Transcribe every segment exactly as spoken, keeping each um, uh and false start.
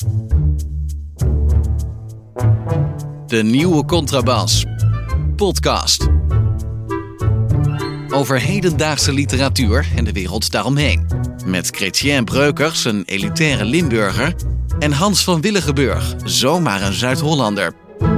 De Nieuwe Contrabas. Podcast. Over hedendaagse literatuur en de wereld daaromheen. Met Chrétien Breukers, een elitaire Limburger. En Hans van Willigenburg, zomaar een Zuid-Hollander.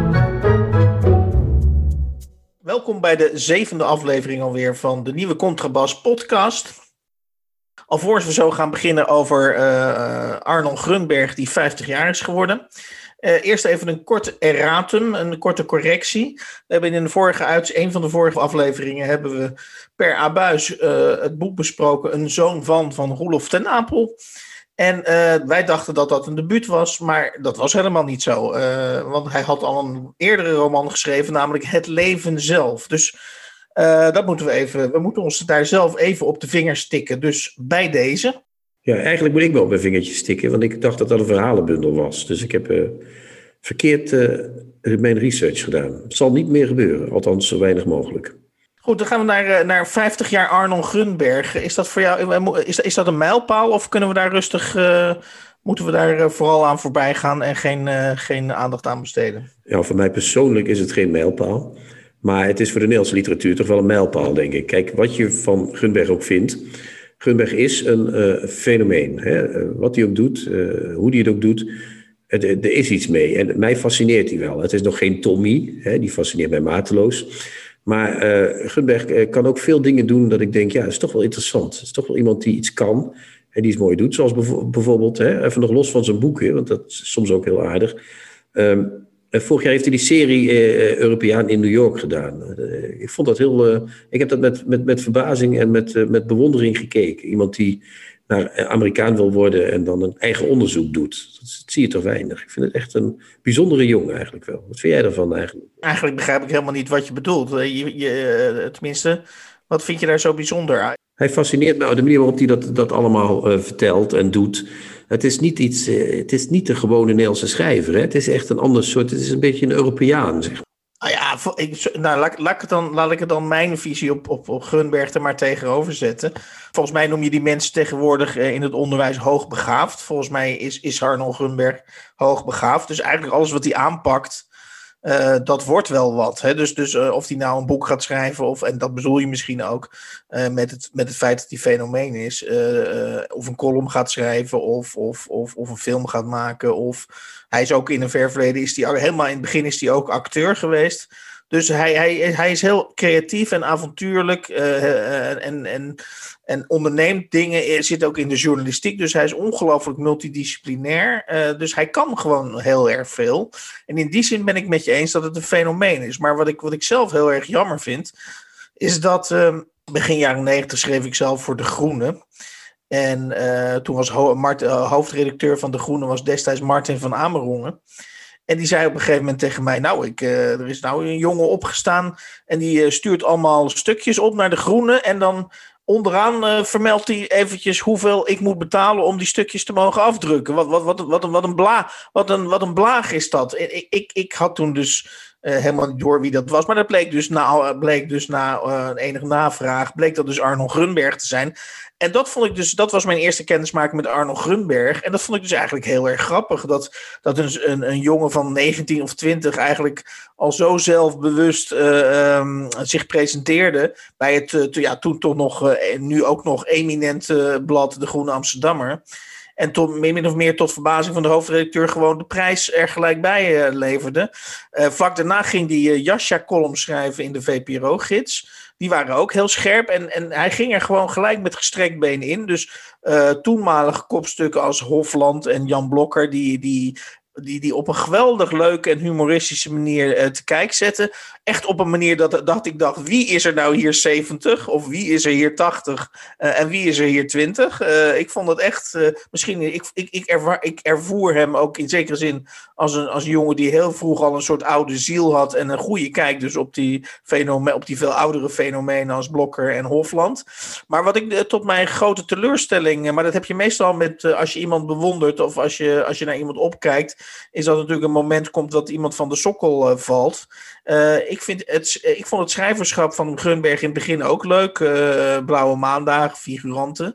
Welkom bij de zevende aflevering alweer van de Nieuwe Contrabas podcast. Alvorens we zo gaan beginnen over uh, Arnold Grunberg, die vijftig jaar is geworden. Uh, eerst even een kort erratum, een korte correctie. We hebben in de vorige uit, een van de vorige afleveringen hebben we per abuis uh, het boek besproken, Een zoon van van Roelof ten Apel. En uh, wij dachten dat dat een debuut was, maar dat was helemaal niet zo. Uh, want hij had al een eerdere roman geschreven, namelijk Het leven zelf. Dus uh, dat moeten we even, we moeten ons daar zelf even op de vingers tikken. Dus bij deze. Ja, eigenlijk moet ik wel op mijn vingertjes stikken, want ik dacht dat dat een verhalenbundel was. Dus ik heb uh, verkeerd uh, mijn research gedaan. Het zal niet meer gebeuren, althans zo weinig mogelijk. Goed, dan gaan we naar, naar vijftig jaar Arnold Grunberg. Is dat voor jou, is, is dat een mijlpaal of kunnen we daar rustig, uh, moeten we daar uh, vooral aan voorbij gaan en geen, uh, geen aandacht aan besteden? Ja, voor mij persoonlijk is het geen mijlpaal. Maar het is voor de Nederlandse literatuur toch wel een mijlpaal, denk ik. Kijk, wat je van Grunberg ook vindt. Grunberg is een uh, fenomeen. Hè? Uh, wat hij ook doet, uh, hoe hij het ook doet. Er, er is iets mee. En mij fascineert hij wel. Het is nog geen Tommy. Hè? Die fascineert mij mateloos. Maar uh, Grunberg uh, kan ook veel dingen doen dat ik denk, ja, dat is toch wel interessant. Het is toch wel iemand die iets kan en die iets mooi doet. Zoals bev- bijvoorbeeld, hè, even nog los van zijn boeken, want dat is soms ook heel aardig. Um, vorig jaar heeft hij die serie uh, Europeaan in New York gedaan. Uh, ik vond dat heel, uh, ik heb dat met, met, met verbazing en met, uh, met bewondering gekeken. Iemand die naar Amerikaan wil worden en dan een eigen onderzoek doet. Dat, dat zie je toch weinig. Ik vind het echt een bijzondere jongen eigenlijk wel. Wat vind jij daarvan eigenlijk? Eigenlijk begrijp ik helemaal niet wat je bedoelt. Je, je, tenminste, wat vind je daar zo bijzonder aan? Hij fascineert me, de manier waarop hij dat, dat allemaal uh, vertelt en doet. Het is niet iets, uh, het is niet de gewone Nederlandse schrijver. Hè? Het is echt een ander soort, het is een beetje een Europeaan, zeg maar. Nou ja, ik, nou, laat, laat, ik het dan, laat ik het dan mijn visie op, op, op Grunberg er maar tegenover zetten. Volgens mij noem je die mensen tegenwoordig in het onderwijs hoogbegaafd. Volgens mij is, is Arnold Grunberg hoogbegaafd. Dus eigenlijk alles wat hij aanpakt, uh, dat wordt wel wat. Hè? Dus, dus uh, of hij nou een boek gaat schrijven, of, en dat bedoel je misschien ook uh, met, het, met het feit dat hij fenomeen is. Uh, uh, of een column gaat schrijven, of, of, of, of een film gaat maken, of... Hij is ook in een ver verleden, is hij, helemaal in het begin is hij ook acteur geweest. Dus hij, hij, hij is heel creatief en avontuurlijk uh, en, en, en onderneemt dingen. Zit ook in de journalistiek, dus hij is ongelooflijk multidisciplinair. Uh, dus hij kan gewoon heel erg veel. En in die zin ben ik met je eens dat het een fenomeen is. Maar wat ik, wat ik zelf heel erg jammer vind, is dat uh, begin jaren negentig schreef ik zelf voor De Groene. En uh, toen was ho- Mart, uh, hoofdredacteur van De Groene was destijds Martin van Amerongen. En die zei op een gegeven moment tegen mij, nou, ik, uh, er is nou een jongen opgestaan en die uh, stuurt allemaal stukjes op naar De Groene. En dan onderaan uh, vermeldt hij eventjes hoeveel ik moet betalen om die stukjes te mogen afdrukken. Wat, wat, wat, wat, een, wat, een, bla, wat, een, wat een blaag is dat. Ik, ik, ik had toen dus uh, helemaal niet door wie dat was. Maar dat bleek dus na, bleek dus na uh, enige navraag, bleek dat dus Arnold Grunberg te zijn. En dat vond ik dus, dat was mijn eerste kennismaking met Arnold Grunberg. En dat vond ik dus eigenlijk heel erg grappig. Dat, dat een, een, een jongen van negentien of twintig eigenlijk al zo zelfbewust uh, um, zich presenteerde bij het uh, to, ja, toen toch nog, uh, nu ook nog eminente blad De Groene Amsterdammer. En tot, min of meer tot verbazing van de hoofdredacteur gewoon de prijs er gelijk bij uh, leverde. Uh, vlak daarna ging hij uh, Jascha-column schrijven in de V P R O-gids. Die waren ook heel scherp en, en hij ging er gewoon gelijk met gestrekt been in. Dus uh, toenmalige kopstukken als Hofland en Jan Blokker, die, die, die, die op een geweldig leuke en humoristische manier uh, te kijk zetten. Echt op een manier dat, dat ik dacht, wie is er nou hier zeventig? Of wie is er hier tachtig? Uh, en wie is er hier twintig? Uh, ik vond het echt, uh, misschien, ik, ik, ik, ervaar, ik ervoer hem ook in zekere zin als een, als een jongen die heel vroeg al een soort oude ziel had en een goede kijk dus op die, fenome- op die veel oudere fenomenen als Blokker en Hofland. Maar wat ik uh, tot mijn grote teleurstelling, uh, maar dat heb je meestal met uh, als je iemand bewondert of als je, als je naar iemand opkijkt, is dat natuurlijk een moment komt dat iemand van de sokkel uh, valt. Uh, ik, vind het, ik vond het schrijverschap van Grunberg in het begin ook leuk. Uh, Blauwe Maandag, figuranten.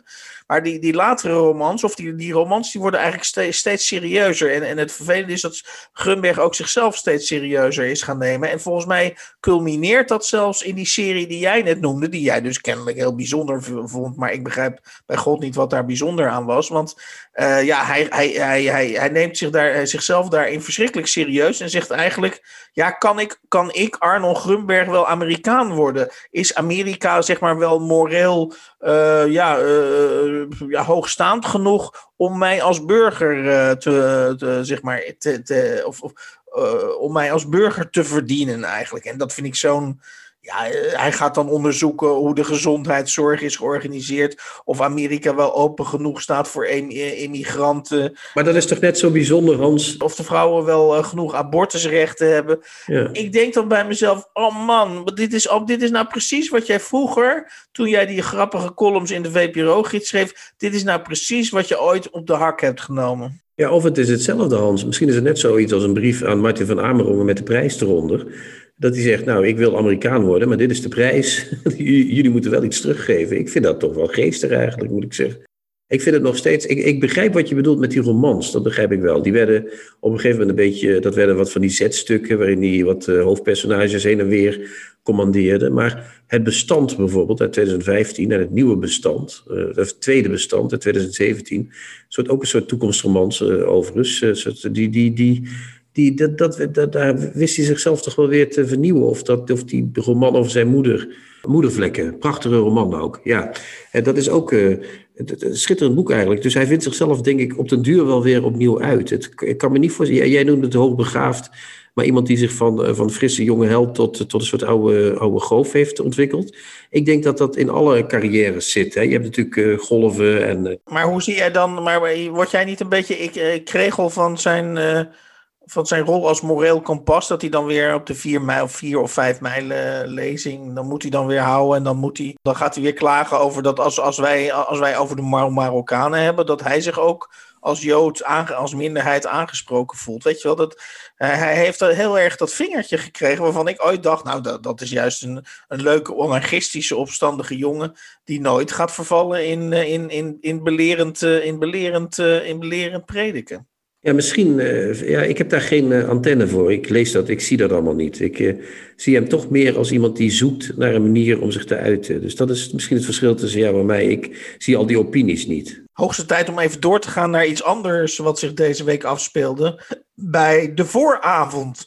Maar die, die latere romans, of die, die romans, die worden eigenlijk steeds, steeds serieuzer. En, en het vervelende is dat Grunberg ook zichzelf steeds serieuzer is gaan nemen. En volgens mij culmineert dat zelfs in die serie die jij net noemde, die jij dus kennelijk heel bijzonder vond. Maar ik begrijp bij God niet wat daar bijzonder aan was. Want uh, ja, hij, hij, hij, hij, hij neemt zich daar, zichzelf daarin verschrikkelijk serieus en zegt eigenlijk, ja, kan ik, kan ik Arnold Grunberg wel Amerikaan worden? Is Amerika zeg maar wel moreel uh, ja, uh, ja, hoogstaand genoeg om mij als burger uh, te, te, zeg maar, te, te, of, of uh, om mij als burger te verdienen eigenlijk? En dat vind ik zo'n... Ja, hij gaat dan onderzoeken hoe de gezondheidszorg is georganiseerd. Of Amerika wel open genoeg staat voor immigranten. Maar dat is toch net zo bijzonder, Hans? Of de vrouwen wel uh, genoeg abortusrechten hebben. Ja. Ik denk dan bij mezelf, oh man, dit is, oh, dit is nou precies wat jij vroeger, toen jij die grappige columns in de V P R O-gids schreef, dit is nou precies wat je ooit op de hak hebt genomen. Ja, of het is hetzelfde, Hans. Misschien is het net zoiets als een brief aan Martin van Amerongen met de prijs eronder. Dat hij zegt, nou, ik wil Amerikaan worden, maar dit is de prijs. Jullie moeten wel iets teruggeven. Ik vind dat toch wel geestig eigenlijk, moet ik zeggen. Ik vind het nog steeds... Ik, ik begrijp wat je bedoelt met die romans, dat begrijp ik wel. Die werden op een gegeven moment een beetje... Dat werden wat van die zetstukken waarin hij wat uh, hoofdpersonages heen en weer commandeerde. Maar het bestand bijvoorbeeld uit twintig vijftien en het nieuwe bestand, uh, het tweede bestand uit twintig zeventien, soort, ook een soort toekomstromans uh, overigens, uh, soort, die... die, die Die, dat, dat, dat, daar wist hij zichzelf toch wel weer te vernieuwen. Of, dat, of die roman over zijn moeder. Moedervlekken, prachtige roman ook. Ja, en dat is ook uh, een schitterend boek eigenlijk. Dus hij vindt zichzelf, denk ik, op den duur wel weer opnieuw uit. Het, ik kan me niet voorstellen, jij, jij noemde het hoogbegaafd, maar iemand die zich van, van frisse jonge held tot, tot een soort oude, oude goof heeft ontwikkeld. Ik denk dat dat in alle carrières zit. Hè. Je hebt natuurlijk uh, golven en... Uh... Maar hoe zie jij dan, maar word jij niet een beetje ik, uh, kregel van zijn... Uh... van zijn rol als moreel kompas, dat hij dan weer op de vier, mijl, vier of vijf mijlen lezing, dan moet hij dan weer houden en dan, moet hij, dan gaat hij weer klagen over dat als, als, wij, als wij over de Mar- Marokkanen hebben, dat hij zich ook als Jood, aange, als minderheid aangesproken voelt. Weet je wel, dat, uh, hij heeft heel erg dat vingertje gekregen waarvan ik ooit dacht, nou dat, dat is juist een, een leuke anarchistische opstandige jongen die nooit gaat vervallen in, in, in, in, belerend, in, belerend, in belerend prediken. Ja, misschien. Uh, ja, ik heb daar geen uh, antenne voor. Ik lees dat, ik zie dat allemaal niet. Ik uh, zie hem toch meer als iemand die zoekt naar een manier om zich te uiten. Dus dat is misschien het verschil tussen jou en mij. Ik zie al die opinies niet. Hoogste tijd om even door te gaan naar iets anders wat zich deze week afspeelde. Bij De Vooravond.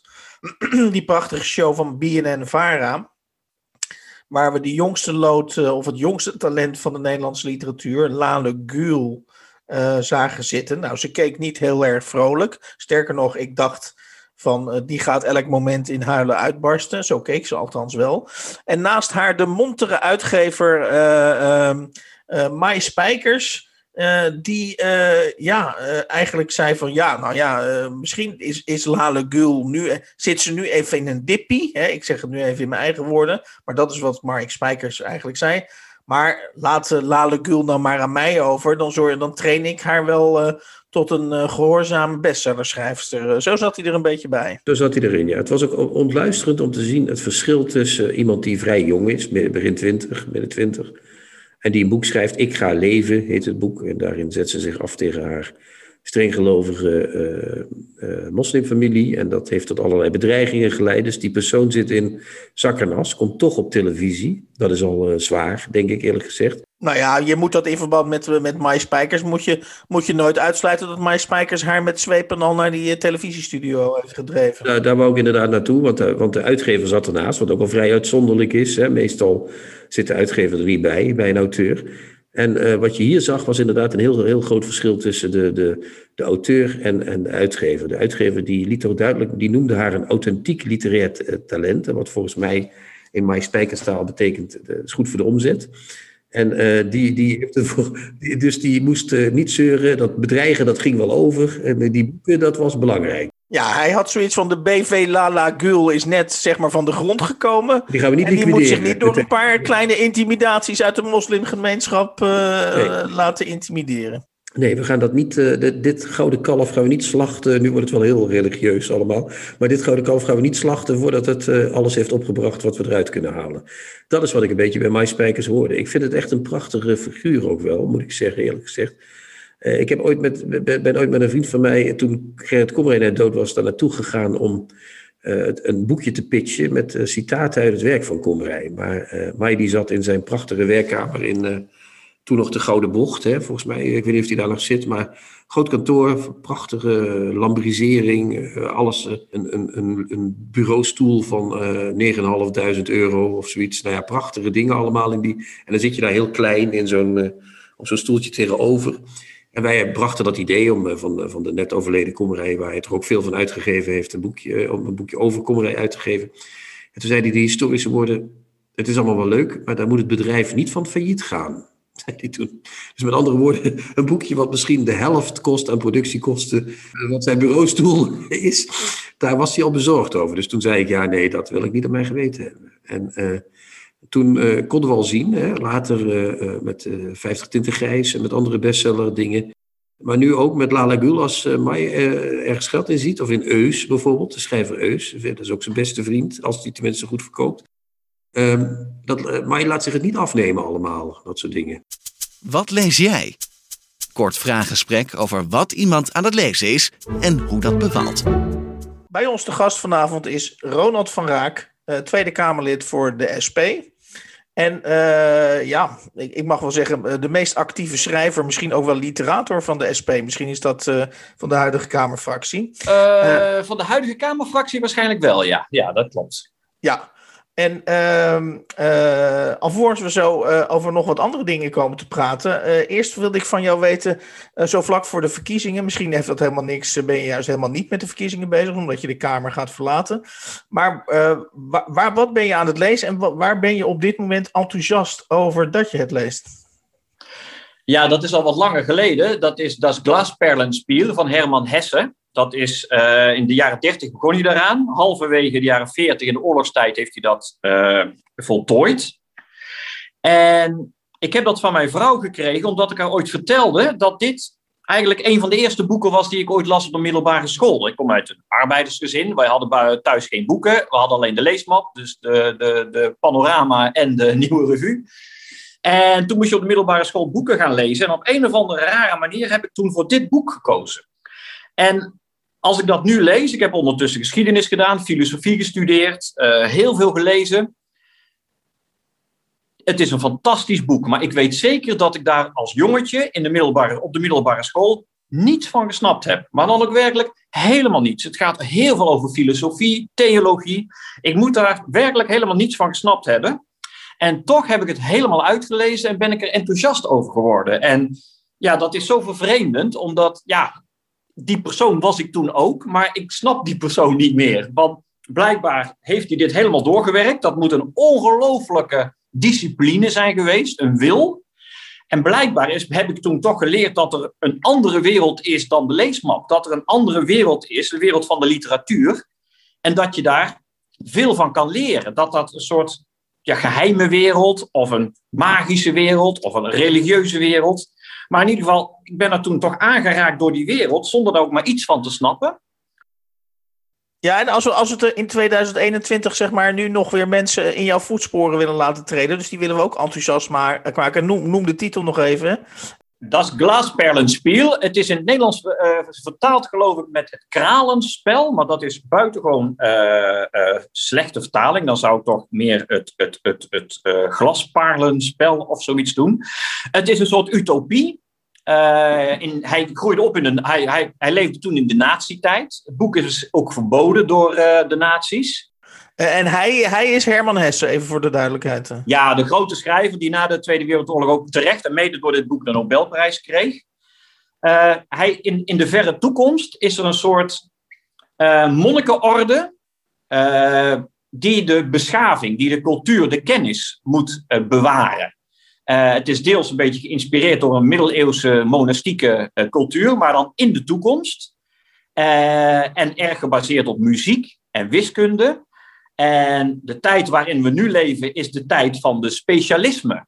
Die prachtige show van B N N-Vara. Waar we de jongste lood, uh, of het jongste talent van de Nederlandse literatuur, Lale Gül, Uh, zagen zitten. Nou, ze keek niet heel erg vrolijk. Sterker nog, ik dacht van, uh, die gaat elk moment in huilen uitbarsten. Zo keek ze althans wel. En naast haar de montere uitgever uh, uh, uh, Mai Spijkers, uh, die uh, ja, uh, eigenlijk zei van, ja, nou ja, uh, misschien is, is Lale Gül nu, uh, zit ze nu even in een dippie. Hè? Ik zeg het nu even in mijn eigen woorden, maar dat is wat Mai Spijkers eigenlijk zei. Maar laat uh, Lale Gül dan maar aan mij over. Dan, zorg, dan train ik haar wel uh, tot een uh, gehoorzame bestsellerschrijfster. Uh, zo zat hij er een beetje bij. Zo zat hij erin, ja. Het was ook ontluisterend om te zien het verschil tussen uh, iemand die vrij jong is, begin twintig, midden twintig, en die een boek schrijft, Ik ga leven, heet het boek. En daarin zet ze zich af tegen haar strenggelovige uh, uh, moslimfamilie. En dat heeft tot allerlei bedreigingen geleid. Dus die persoon zit in zak en as, komt toch op televisie. Dat is al uh, zwaar, denk ik eerlijk gezegd. Nou ja, je moet dat in verband met, met Mai Spijkers, moet je, moet je nooit uitsluiten dat Mai Spijkers haar met zweepen al naar die uh, televisiestudio heeft gedreven. Nou, daar wou ik inderdaad naartoe, want, uh, want de uitgever zat ernaast, wat ook al vrij uitzonderlijk is. Hè. Meestal zit de uitgever er niet bij, bij een auteur. En uh, wat je hier zag was inderdaad een heel, heel groot verschil tussen de, de, de auteur en, en de uitgever. De uitgever die liet toch duidelijk, die noemde haar een authentiek literair t- talent. Wat volgens mij in Mai Spijkerstaal betekent, uh, is goed voor de omzet. En uh, die, die heeft ervoor, die, dus die moest uh, niet zeuren, dat bedreigen dat ging wel over. En uh, die boeken, dat was belangrijk. Ja, hij had zoiets van de B V Lala Gül is net zeg maar van de grond gekomen. Die gaan we niet en die liquideren. moet zich niet door een paar kleine intimidaties uit de moslimgemeenschap uh, nee. laten intimideren. Nee, we gaan dat niet, uh, dit, dit gouden kalf gaan we niet slachten. Nu wordt het wel heel religieus allemaal. Maar dit gouden kalf gaan we niet slachten voordat het uh, alles heeft opgebracht wat we eruit kunnen halen. Dat is wat ik een beetje bij Mai Spijkers hoorde. Ik vind het echt een prachtige figuur ook wel, moet ik zeggen, eerlijk gezegd. Uh, ik heb ooit met, ben ooit met een vriend van mij, toen Gerrit Komrij net dood was, daar naartoe gegaan om uh, een boekje te pitchen met uh, citaten uit het werk van Komrij. Maar uh, Mai die zat in zijn prachtige werkkamer in... Uh, Toen nog de Gouden Bocht, hè, volgens mij. Ik weet niet of hij daar nog zit, maar groot kantoor, prachtige lambrisering, alles. Een, een, een, een bureaustoel van uh, negen vijfduizend euro of zoiets. Nou ja, prachtige dingen allemaal in die. En dan zit je daar heel klein in zo'n, uh, op zo'n stoeltje tegenover. En wij brachten dat idee om uh, van, van de net overleden Komrij, waar hij toch ook veel van uitgegeven heeft, een boekje, om een boekje over Komrij uit te geven. En toen zei hij die historische woorden: het is allemaal wel leuk, maar daar moet het bedrijf niet van failliet gaan. Zei hij toen. Dus met andere woorden, een boekje wat misschien de helft kost aan productiekosten, wat zijn bureaustoel is, daar was hij al bezorgd over. Dus toen zei ik, ja nee, dat wil ik niet aan mijn geweten hebben. En uh, toen uh, konden we al zien, hè, later uh, uh, met uh, vijftig Tinten Grijs en met andere bestseller dingen. Maar nu ook met Lala Gül, als uh, Mai uh, ergens geld in ziet, of in Eus bijvoorbeeld, de schrijver Eus, dat is ook zijn beste vriend, als die tenminste goed verkoopt. Um, dat, uh, maar je laat zich het niet afnemen allemaal, dat soort dingen. Wat lees jij? Kort vraaggesprek over wat iemand aan het lezen is en hoe dat bevalt. Bij ons de gast vanavond is Ronald van Raak, uh, Tweede Kamerlid voor de S P. En uh, ja, ik, ik mag wel zeggen, de meest actieve schrijver, misschien ook wel literator van de S P. Misschien is dat uh, van de huidige Kamerfractie. Uh, uh, van de huidige Kamerfractie waarschijnlijk wel, ja. Ja, dat klopt. Ja. En uh, uh, alvorens we zo uh, over nog wat andere dingen komen te praten. Uh, eerst wilde ik van jou weten, uh, zo vlak voor de verkiezingen. Misschien heeft dat helemaal niks, ben je juist helemaal niet met de verkiezingen bezig, omdat je de Kamer gaat verlaten. Maar uh, waar, waar, wat ben je aan het lezen en waar ben je op dit moment enthousiast over dat je het leest? Ja, dat is al wat langer geleden. Dat is Das Glasperlenspiel van Hermann Hesse. Dat is uh, in de jaren dertig begon hij daaraan. Halverwege de jaren veertig in de oorlogstijd heeft hij dat uh, voltooid. En ik heb dat van mijn vrouw gekregen omdat ik haar ooit vertelde dat dit eigenlijk een van de eerste boeken was die ik ooit las op de middelbare school. Ik kom uit een arbeidersgezin. Wij hadden thuis geen boeken. We hadden alleen de leesmap, dus de, de, de panorama en de Nieuwe Revue. En toen moest je op de middelbare school boeken gaan lezen. En op een of andere rare manier heb ik toen voor dit boek gekozen. En als ik dat nu lees, ik heb ondertussen geschiedenis gedaan, filosofie gestudeerd, uh, heel veel gelezen. Het is een fantastisch boek, maar ik weet zeker dat ik daar als jongetje in de middelbare, op de middelbare school niets van gesnapt heb. Maar dan ook werkelijk helemaal niets. Het gaat heel veel over filosofie, theologie. Ik moet daar werkelijk helemaal niets van gesnapt hebben. En toch heb ik het helemaal uitgelezen en ben ik er enthousiast over geworden. En ja, dat is zo vervreemdend, omdat ja, die persoon was ik toen ook, maar ik snap die persoon niet meer. Want blijkbaar heeft hij dit helemaal doorgewerkt. Dat moet een ongelooflijke discipline zijn geweest, een wil. En blijkbaar is, heb ik toen toch geleerd dat er een andere wereld is dan de leesmap. Dat er een andere wereld is, de wereld van de literatuur. En dat je daar veel van kan leren. Dat dat een soort ja, geheime wereld, of een magische wereld, of een religieuze wereld. Maar in ieder geval, ik ben er toen toch aangeraakt door die wereld, zonder daar ook maar iets van te snappen. Ja, en als we, als we het in tweeduizend eenentwintig, zeg maar, nu nog weer mensen in jouw voetsporen willen laten treden, dus die willen we ook enthousiast maken. Noem, noem de titel nog even. Das Glasperlenspiel. Het is in het Nederlands uh, vertaald, geloof ik, met het kralenspel. Maar dat is buitengewoon uh, uh, slechte vertaling. Dan zou ik toch meer het, het, het, het uh, glaspaarlenspel of zoiets doen. Het is een soort utopie. Uh, in, hij groeide op in een... Hij, hij, hij leefde toen in de nazi-tijd. Het boek is ook verboden door uh, de nazi's. En hij, hij is Hermann Hesse, even voor de duidelijkheid. Ja, de grote schrijver die na de Tweede Wereldoorlog ook terecht en mede door dit boek de Nobelprijs kreeg. Uh, hij, in, in de verre toekomst is er een soort uh, monnikenorde uh, die de beschaving, die de cultuur, de kennis moet uh, bewaren. Uh, het is deels een beetje geïnspireerd door een middeleeuwse monastieke uh, cultuur, maar dan in de toekomst. Uh, en erg gebaseerd op muziek en wiskunde. En de tijd waarin we nu leven is de tijd van de specialisme.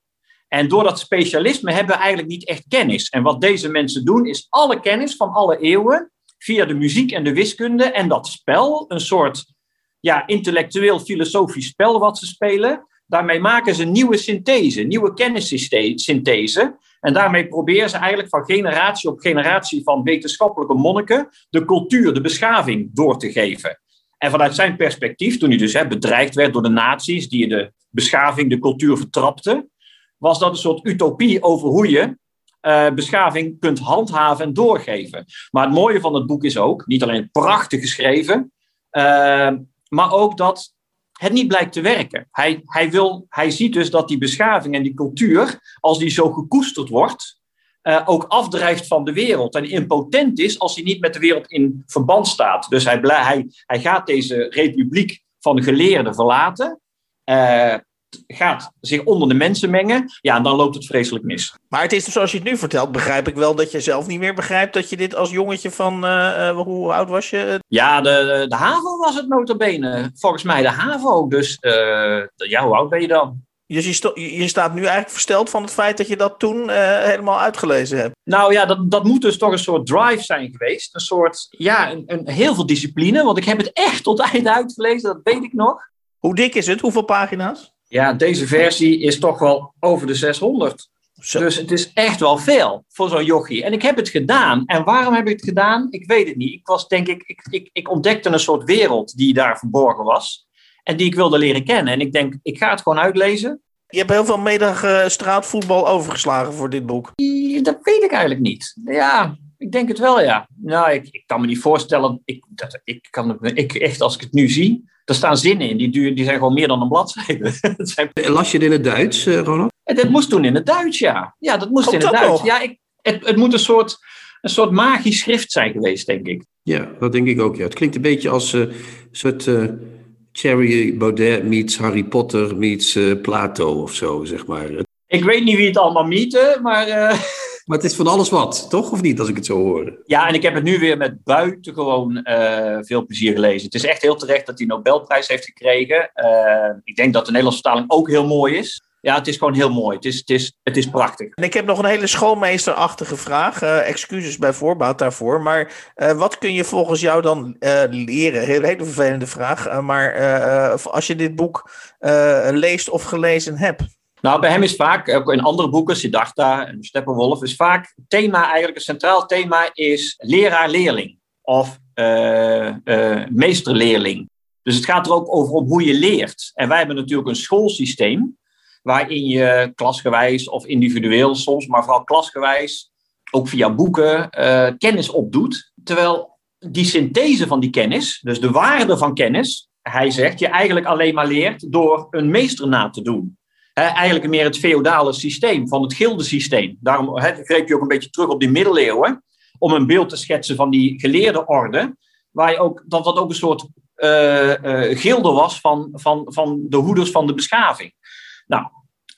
En door dat specialisme hebben we eigenlijk niet echt kennis. En wat deze mensen doen, is alle kennis van alle eeuwen, via de muziek en de wiskunde en dat spel, een soort ja, intellectueel filosofisch spel wat ze spelen, daarmee maken ze nieuwe synthese, nieuwe kennissynthese. En daarmee proberen ze eigenlijk van generatie op generatie van wetenschappelijke monniken de cultuur, de beschaving door te geven. En vanuit zijn perspectief, toen hij dus hè, bedreigd werd door de nazi's, die de beschaving, de cultuur vertrapten, was dat een soort utopie over hoe je uh, beschaving kunt handhaven en doorgeven. Maar het mooie van het boek is ook, niet alleen prachtig geschreven, uh, maar ook dat het niet blijkt te werken. Hij, hij, wil, hij ziet dus dat die beschaving en die cultuur, als die zo gekoesterd wordt, uh, ook afdrijft van de wereld. En impotent is als hij niet met de wereld in verband staat. Dus hij, hij, hij gaat deze republiek van geleerden verlaten, uh, gaat zich onder de mensen mengen, ja, en dan loopt het vreselijk mis. Maar het is, zoals je het nu vertelt, begrijp ik wel dat je zelf niet meer begrijpt dat je dit als jongetje van, uh, uh, hoe oud was je? Ja, de, de HAVO was het nota bene. Volgens mij de HAVO. Dus, uh, ja, hoe oud ben je dan? Dus je, sto- je staat nu eigenlijk versteld van het feit dat je dat toen uh, helemaal uitgelezen hebt. Nou ja, dat, dat moet dus toch een soort drive zijn geweest. Een soort, ja, een, een, heel veel discipline. Want ik heb het echt tot het einde uitgelezen, dat weet ik nog. Hoe dik is het? Hoeveel pagina's? Ja, deze versie is toch wel over de zeshonderd. Zo. Dus het is echt wel veel voor zo'n jochie. En ik heb het gedaan. En waarom heb ik het gedaan? Ik weet het niet. Ik was, denk ik, ik, ik, ik ontdekte een soort wereld die daar verborgen was. En die ik wilde leren kennen. En ik denk, ik ga het gewoon uitlezen. Je hebt heel veel middag uh, straatvoetbal overgeslagen voor dit boek. Dat weet ik eigenlijk niet. Ja, ik denk het wel, ja. Nou, ik, ik kan me niet voorstellen. Ik, dat, ik kan, ik, echt, als ik het nu zie, er staan zinnen in. Die, duur, die zijn gewoon meer dan een bladzijde. zijn... Las je het in het Duits, uh, Ronald? En dat moest toen in het Duits, ja. Ja, dat moest Komt in het dat Duits. nog? Ja, ik, het, het moet een soort, een soort magisch schrift zijn geweest, denk ik. Ja, dat denk ik ook, ja. Het klinkt een beetje als een uh, soort uh, Thierry Baudet meets Harry Potter meets uh, Plato of zo, zeg maar. Ik weet niet wie het allemaal mieten, maar... Uh... Maar het is van alles wat, toch? Of niet, als ik het zo hoor? Ja, en ik heb het nu weer met buitengewoon uh, veel plezier gelezen. Het is echt heel terecht dat hij Nobelprijs heeft gekregen. Uh, ik denk dat de Nederlandse vertaling ook heel mooi is. Ja, het is gewoon heel mooi. Het is, het is, het is prachtig. En ik heb nog een hele schoolmeesterachtige vraag. Uh, excuses bij voorbaat daarvoor. Maar uh, wat kun je volgens jou dan uh, leren? Een hele, hele vervelende vraag. Uh, maar uh, als je dit boek uh, leest of gelezen hebt. Nou, bij hem is vaak, ook in andere boeken, Siddhartha en Steppenwolf, is vaak het thema, eigenlijk een centraal thema is leraar-leerling. Of uh, uh, meester-leerling. Dus het gaat er ook over om hoe je leert. En wij hebben natuurlijk een schoolsysteem waarin je klasgewijs of individueel soms, maar vooral klasgewijs, ook via boeken, uh, kennis opdoet. Terwijl die synthese van die kennis, dus de waarde van kennis, hij zegt, je eigenlijk alleen maar leert door een meester na te doen. He, eigenlijk meer het feodale systeem, van het gildensysteem. Daarom he, greep je ook een beetje terug op die middeleeuwen, om een beeld te schetsen van die geleerde orde, waar je ook, dat dat ook een soort uh, uh, gilde was van, van, van de hoeders van de beschaving. Nou,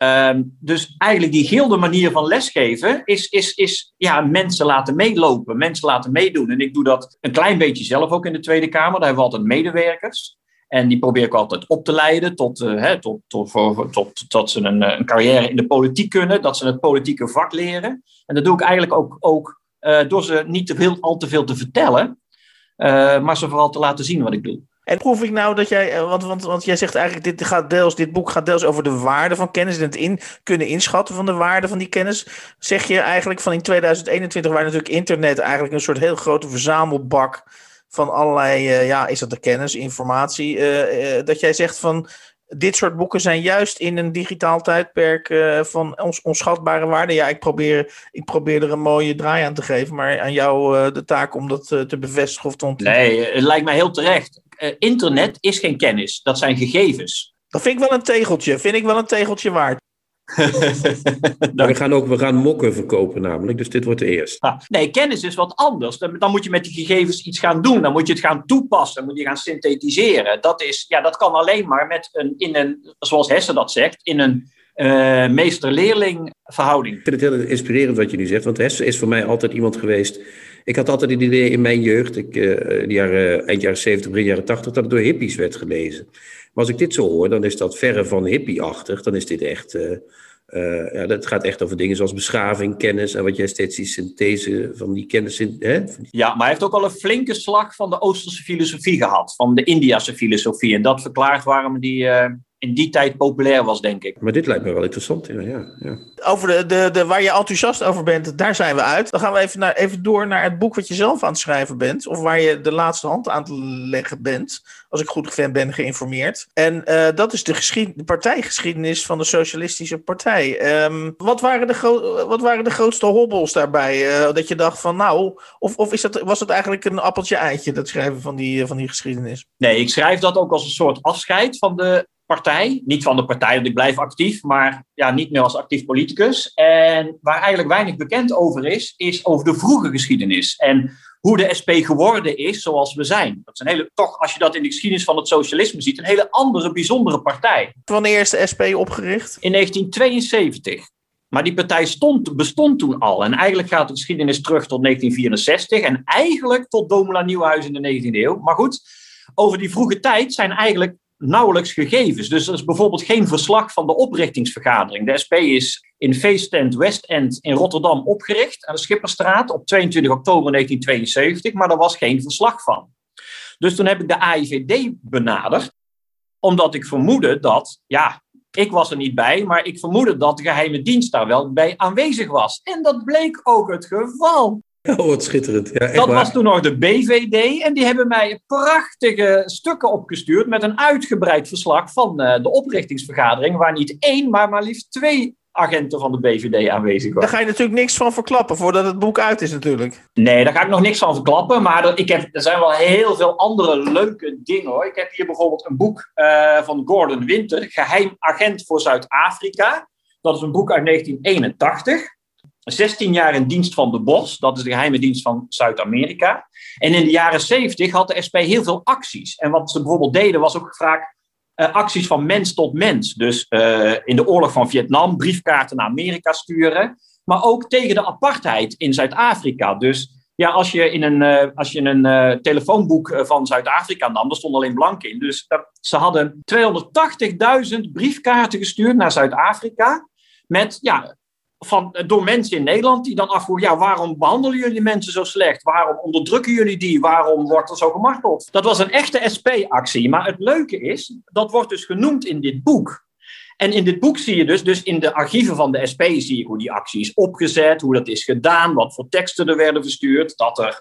um, dus eigenlijk die gilde manier van lesgeven is, is, is ja, mensen laten meelopen, mensen laten meedoen. En ik doe dat een klein beetje zelf ook in de Tweede Kamer. Daar hebben we altijd medewerkers. En die probeer ik altijd op te leiden tot, uh, hè, tot, tot, tot, tot, tot ze een, een carrière in de politiek kunnen. Dat ze het politieke vak leren. En dat doe ik eigenlijk ook, ook uh, door ze niet te veel, al te veel te vertellen. Uh, maar ze vooral te laten zien wat ik doe. En proef ik nou dat jij, want, want, want jij zegt eigenlijk, dit, gaat deels, dit boek gaat deels over de waarde van kennis en het in, kunnen inschatten van de waarde van die kennis. Zeg je eigenlijk van in tweeduizend eenentwintig, waar natuurlijk internet eigenlijk een soort heel grote verzamelbak van allerlei, uh, ja, is dat de kennis, informatie, uh, uh, dat jij zegt van dit soort boeken zijn juist in een digitaal tijdperk uh, van ons, onschatbare waarde. Ja, ik probeer, ik probeer er een mooie draai aan te geven, maar aan jou uh, de taak om dat uh, te bevestigen of te ontdekken. Nee, het lijkt mij heel terecht. Uh, internet is geen kennis, dat zijn gegevens. Dat vind ik wel een tegeltje, vind ik wel een tegeltje waard. Maar we gaan ook we gaan mokken verkopen namelijk, dus dit wordt de eerste. Ah, nee, kennis is wat anders. Dan, dan moet je met die gegevens iets gaan doen. Dan moet je het gaan toepassen. Dan moet je gaan synthetiseren. Dat, is, ja, dat kan alleen maar met een, in een, zoals Hesse dat zegt, in een uh, meester-leerling verhouding. Ik vind het heel inspirerend wat je nu zegt, want Hesse is voor mij altijd iemand geweest. Ik had altijd het idee in mijn jeugd, ik, uh, de jaren, eind jaren zeventig, begin jaren tachtig, dat het door hippies werd gelezen. Maar als ik dit zo hoor, dan is dat verre van hippie-achtig. Dan is dit echt uh, Uh, ja, dat gaat echt over dingen zoals beschaving, kennis en wat jij steeds die synthese van die kennis... In, hè? Ja, maar hij heeft ook al een flinke slag van de Oosterse filosofie gehad, van de Indiase filosofie. En dat verklaart waarom die uh, in die tijd populair was, denk ik. Maar dit lijkt me wel interessant, ja. ja, ja. Over de, de, de, waar je enthousiast over bent, daar zijn we uit. Dan gaan we even, naar, even door naar het boek wat je zelf aan het schrijven bent. Of waar je de laatste hand aan te leggen bent. Als ik goed ben geïnformeerd. En uh, dat is de, geschied, de partijgeschiedenis van de Socialistische Partij. Um, wat, waren de gro- wat waren de grootste hobbels daarbij? Uh, dat je dacht van nou, of, of is dat, was dat eigenlijk een appeltje-eitje, dat schrijven van die, uh, van die geschiedenis? Nee, ik schrijf dat ook als een soort afscheid van de partij. Niet van de partij, want ik blijf actief, maar ja, niet meer als actief politicus. En waar eigenlijk weinig bekend over is, is over de vroege geschiedenis. En hoe de S P geworden is zoals we zijn. Dat is een hele, toch, als je dat in de geschiedenis van het socialisme ziet, een hele andere, bijzondere partij. Wanneer is de S P opgericht? In negentien tweeënzeventig. Maar die partij stond, bestond toen al. En eigenlijk gaat de geschiedenis terug tot negentien vierenzestig. En eigenlijk tot Domela Nieuwenhuis in de negentiende eeuw. Maar goed, over die vroege tijd zijn eigenlijk nauwelijks gegevens. Dus er is bijvoorbeeld geen verslag van de oprichtingsvergadering. De S P is in Feesttent West End in Rotterdam opgericht aan de Schipperstraat op tweeëntwintig oktober negentien tweeënzeventig, maar daar was geen verslag van. Dus toen heb ik de A I V D benaderd, omdat ik vermoedde dat, ja, ik was er niet bij, maar ik vermoedde dat de geheime dienst daar wel bij aanwezig was. En dat bleek ook het geval. Oh, wat schitterend. Ja, echt dat waar. was toen nog de B V D en die hebben mij prachtige stukken opgestuurd met een uitgebreid verslag van uh, de oprichtingsvergadering, waar niet één, maar maar liefst twee agenten van de B V D aanwezig waren. Daar ga je natuurlijk niks van verklappen voordat het boek uit is natuurlijk. Nee, daar ga ik nog niks van verklappen, maar er, ik heb, er zijn wel heel veel andere leuke dingen hoor. Ik heb hier bijvoorbeeld een boek uh, van Gordon Winter, Geheim agent voor Zuid-Afrika. Dat is een boek uit negentien eenentachtig. zestien jaar in dienst van de Bos, dat is de geheime dienst van Zuid-Amerika. En in de jaren zeventig had de S P heel veel acties. En wat ze bijvoorbeeld deden was ook vaak uh, acties van mens tot mens. Dus uh, in de oorlog van Vietnam briefkaarten naar Amerika sturen. Maar ook tegen de apartheid in Zuid-Afrika. Dus ja, als je in een, uh, als je een uh, telefoonboek van Zuid-Afrika nam, daar stond alleen blank in. Dus uh, ze hadden tweehonderdtachtigduizend briefkaarten gestuurd naar Zuid-Afrika met ja, Van, door mensen in Nederland die dan afvroegen, ja, waarom behandelen jullie mensen zo slecht? Waarom onderdrukken jullie die? Waarom wordt er zo gemarteld? Dat was een echte S P-actie. Maar het leuke is, dat wordt dus genoemd in dit boek. En in dit boek zie je dus, dus in de archieven van de S P zie je hoe die actie is opgezet, hoe dat is gedaan, wat voor teksten er werden verstuurd, dat er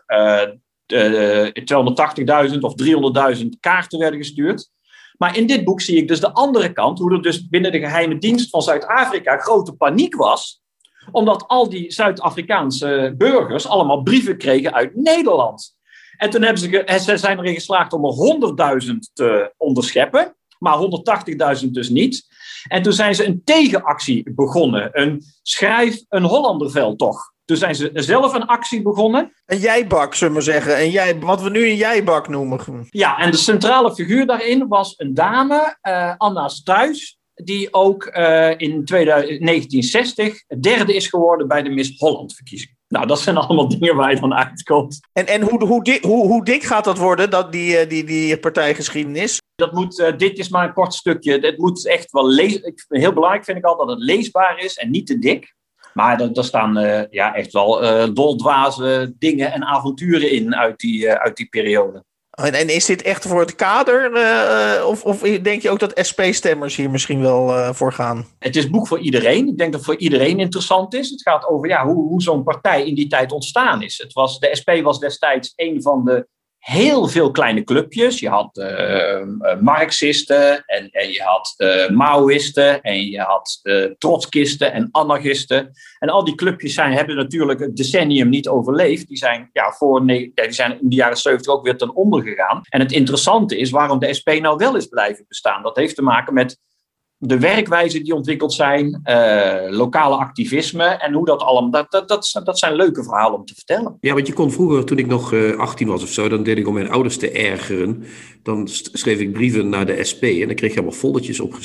uh, uh, tweehonderdtachtigduizend of driehonderdduizend kaarten werden gestuurd. Maar in dit boek zie ik dus de andere kant, hoe er dus binnen de geheime dienst van Zuid-Afrika grote paniek was, omdat al die Zuid-Afrikaanse burgers allemaal brieven kregen uit Nederland. En toen hebben ze, ze zijn erin geslaagd om er honderdduizend te onderscheppen, maar honderdtachtigduizend dus niet. En toen zijn ze een tegenactie begonnen, een schrijf een Hollanderveldtocht. Toen zijn ze zelf een actie begonnen. Een jijbak, zullen we maar zeggen. Een jij, wat we nu een jijbak noemen. Ja, en de centrale figuur daarin was een dame, uh, Anna Stuys, die ook uh, in negentien zestig derde is geworden bij de Miss Holland-verkiezing. Nou, dat zijn allemaal dingen waar je dan uitkomt. En, en hoe, hoe, dik, hoe, hoe dik gaat dat worden, dat, die, die, die partijgeschiedenis? Dat moet, uh, dit is maar een kort stukje. Het moet echt wel lezen. Heel belangrijk vind ik al dat het leesbaar is en niet te dik. Maar er, er staan uh, ja, echt wel uh, doldwaze dingen en avonturen in uit die, uh, uit die periode. En, en is dit echt voor het kader? Uh, of, of denk je ook dat S P-stemmers hier misschien wel uh, voor gaan? Het is een boek voor iedereen. Ik denk dat het voor iedereen interessant is. Het gaat over ja, hoe, hoe zo'n partij in die tijd ontstaan is. Het was, de S P was destijds een van de heel veel kleine clubjes. Je had uh, Marxisten en, en je had uh, Maoïsten en je had uh, Trotskisten en anarchisten. En al die clubjes zijn, hebben natuurlijk het decennium niet overleefd. Die zijn, ja, voor, nee, die zijn in de jaren zeventig ook weer ten onder gegaan. En het interessante is waarom de S P nou wel is blijven bestaan. Dat heeft te maken met de werkwijzen die ontwikkeld zijn, uh, lokale activisme en hoe dat allemaal, dat, dat, dat, dat zijn leuke verhalen om te vertellen. Ja, want je kon vroeger, toen ik nog uh, achttien was of zo, dan deed ik om mijn ouders te ergeren. Dan schreef ik brieven naar de S P en dan kreeg je allemaal foldertjes opgestuurd.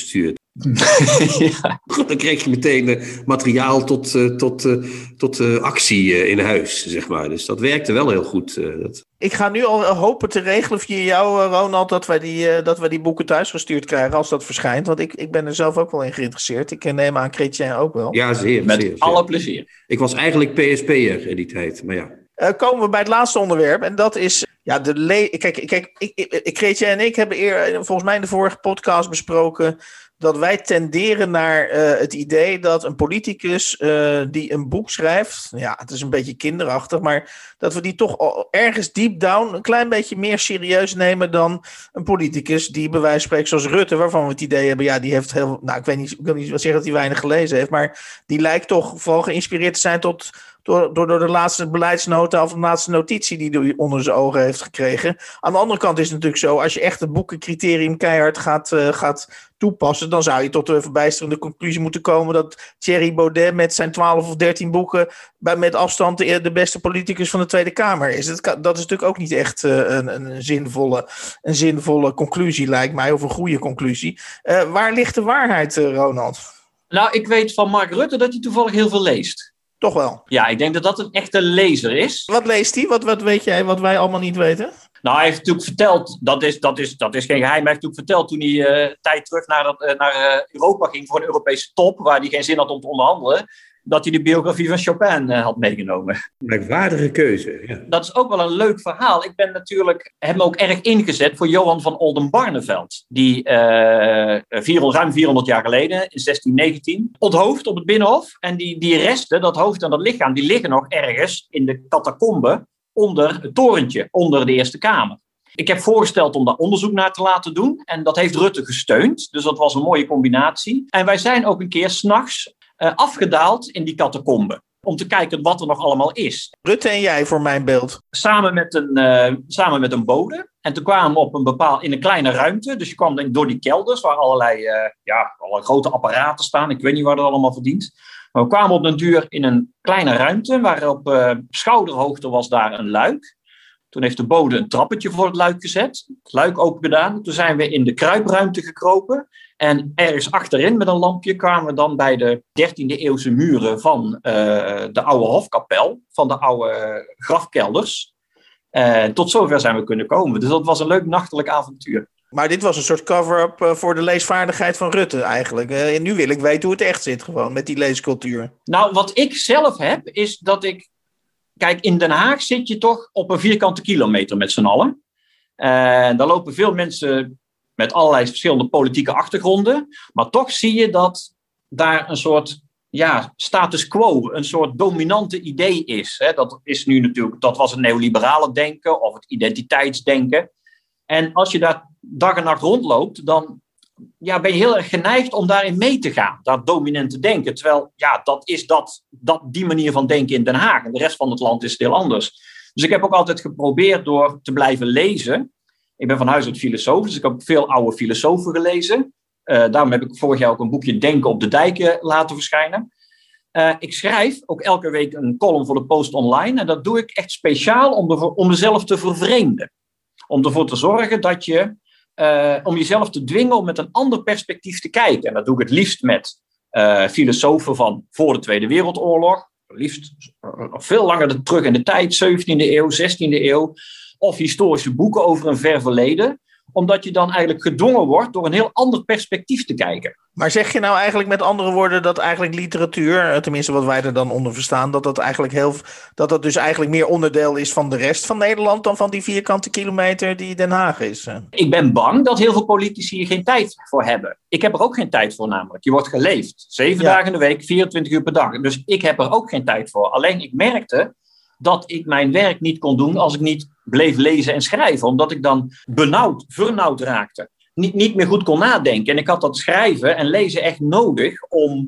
Ja. Dan kreeg je meteen uh, materiaal tot, uh, tot, uh, tot uh, actie uh, in huis, zeg maar. Dus dat werkte wel heel goed. Uh, dat... Ik ga nu al hopen te regelen via jou, Ronald, dat wij die, uh, dat wij die boeken thuisgestuurd krijgen als dat verschijnt. Want ik, ik ben er zelf ook wel in geïnteresseerd. Ik neem aan Chrétien ook wel. Ja, zeer. Met zeer, alle zeer. plezier. Ik was eigenlijk P S P'er in die tijd, maar ja. Uh, komen we bij het laatste onderwerp. En dat is... Ja, de le- kijk, kijk ik, ik, Chrétien en ik hebben eer, volgens mij in de vorige podcast besproken dat wij tenderen naar uh, het idee dat een politicus uh, die een boek schrijft, ja, het is een beetje kinderachtig, maar dat we die toch ergens deep down een klein beetje meer serieus nemen dan een politicus die bij wijze van spreken zoals Rutte, waarvan we het idee hebben, ja, die heeft heel, nou, ik weet niet, ik wil niet zeggen dat hij weinig gelezen heeft, maar die lijkt toch vooral geïnspireerd te zijn tot Door, door, door de laatste beleidsnota of de laatste notitie die hij onder zijn ogen heeft gekregen. Aan de andere kant is het natuurlijk zo, als je echt het boekencriterium keihard gaat, uh, gaat toepassen, dan zou je tot de verbijsterende conclusie moeten komen dat Thierry Baudet met zijn twaalf of dertien boeken bij, met afstand de, de beste politicus van de Tweede Kamer is. Dat, kan, dat is natuurlijk ook niet echt uh, een, een, zinvolle, een zinvolle conclusie, lijkt mij, of een goede conclusie. Uh, waar ligt de waarheid, uh, Ronald? Nou, ik weet van Mark Rutte dat hij toevallig heel veel leest. Toch wel? Ja, ik denk dat dat een echte lezer is. Wat leest hij? Wat, wat weet jij wat wij allemaal niet weten? Nou, hij heeft natuurlijk verteld, dat is, dat is, dat is geen geheim, hij heeft natuurlijk verteld toen hij uh, tijd terug naar, dat, uh, naar uh, Europa ging voor een Europese top, waar hij geen zin had om te onderhandelen, dat hij de biografie van Chopin uh, had meegenomen. Merkwaardige keuze, ja. Dat is ook wel een leuk verhaal. Ik ben natuurlijk, heb me ook erg ingezet voor Johan van Oldenbarnevelt, die uh, vierhonderd, ruim vierhonderd jaar geleden, in zestien negentien, onthoofd op het Binnenhof. En die, die resten, dat hoofd en dat lichaam, die liggen nog ergens in de catacombe onder het torentje, onder de Eerste Kamer. Ik heb voorgesteld om daar onderzoek naar te laten doen. En dat heeft Rutte gesteund. Dus dat was een mooie combinatie. En wij zijn ook een keer 's nachts uh, afgedaald in die catacombe. Om te kijken wat er nog allemaal is. Rutte en jij voor mijn beeld. Samen met een, uh, samen met een bode. En toen kwamen we op een bepaald, in een kleine ruimte. Dus je kwam denk, door die kelders waar allerlei, uh, ja, allerlei grote apparaten staan. Ik weet niet waar dat allemaal verdient. Maar we kwamen op den duur in een kleine ruimte. Waar op uh, schouderhoogte was daar een luik. Toen heeft de bode een trappetje voor het luik gezet. Het luik open gedaan. Toen zijn we in de kruipruimte gekropen. En ergens achterin met een lampje kwamen we dan bij de dertiende eeuwse muren van uh, de oude hofkapel. Van de oude grafkelders. Uh, tot zover zijn we kunnen komen. Dus dat was een leuk nachtelijk avontuur. Maar dit was een soort cover-up uh, voor de leesvaardigheid van Rutte eigenlijk. Uh, en nu wil ik weten hoe het echt zit gewoon met die leescultuur. Nou, wat ik zelf heb is dat ik... Kijk, in Den Haag zit je toch op een vierkante kilometer met z'n allen. En uh, daar lopen veel mensen met allerlei verschillende politieke achtergronden. Maar toch zie je dat daar een soort ja, status quo, een soort dominante idee is. Hè. Dat is nu natuurlijk, dat was het neoliberale denken of het identiteitsdenken. En als je daar dag en nacht rondloopt, dan ja, ben je heel erg geneigd om daarin mee te gaan. Dat dominante denken. Terwijl, ja, dat is dat, dat, die manier van denken in Den Haag. En de rest van het land is heel anders. Dus ik heb ook altijd geprobeerd door te blijven lezen. Ik ben van huis uit filosoof, dus ik heb veel oude filosofen gelezen. Uh, daarom heb ik vorig jaar ook een boekje Denken op de Dijken laten verschijnen. Uh, ik schrijf ook elke week een column voor de Post Online. En dat doe ik echt speciaal om, de, om mezelf te vervreemden. Om ervoor te zorgen dat je... Uh, om jezelf te dwingen om met een ander perspectief te kijken. En dat doe ik het liefst met uh, filosofen van voor de Tweede Wereldoorlog. Liefst uh, veel langer terug in de tijd, zeventiende eeuw, zestiende eeuw. Of historische boeken over een ver verleden. Omdat je dan eigenlijk gedwongen wordt door een heel ander perspectief te kijken. Maar zeg je nou eigenlijk met andere woorden dat eigenlijk literatuur, tenminste wat wij er dan onder verstaan, dat dat eigenlijk heel, dat dat dus eigenlijk meer onderdeel is van de rest van Nederland dan van die vierkante kilometer die Den Haag is? Ik ben bang dat heel veel politici hier geen tijd voor hebben. Ik heb er ook geen tijd voor namelijk. Je wordt geleefd. Zeven ja. dagen in de week, vierentwintig uur per dag. Dus ik heb er ook geen tijd voor. Alleen ik merkte dat ik mijn werk niet kon doen als ik niet bleef lezen en schrijven. Omdat ik dan benauwd, vernauwd raakte. Niet, niet meer goed kon nadenken. En ik had dat schrijven en lezen echt nodig om,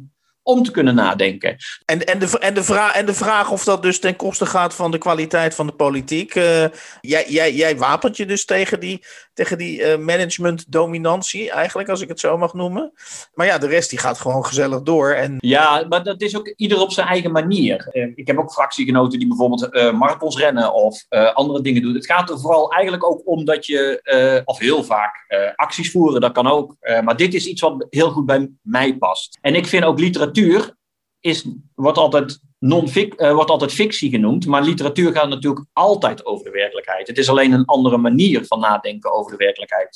om te kunnen nadenken. En, en, de, en, de vraag, en de vraag of dat dus ten koste gaat van de kwaliteit van de politiek. Uh, jij, jij, jij wapent je dus tegen die, tegen die uh, management-dominantie, eigenlijk, als ik het zo mag noemen. Maar ja, de rest die gaat gewoon gezellig door. En... Ja, maar dat is ook ieder op zijn eigen manier. Uh, ik heb ook fractiegenoten die bijvoorbeeld uh, marathons rennen of uh, andere dingen doen. Het gaat er vooral eigenlijk ook om dat je, uh, of heel vaak, uh, acties voeren, dat kan ook. Uh, maar dit is iets wat heel goed bij mij past. En ik vind ook literatuur is, wordt, altijd non-fic, uh, wordt altijd fictie genoemd, maar literatuur gaat natuurlijk altijd over de werkelijkheid. Het is alleen een andere manier van nadenken over de werkelijkheid.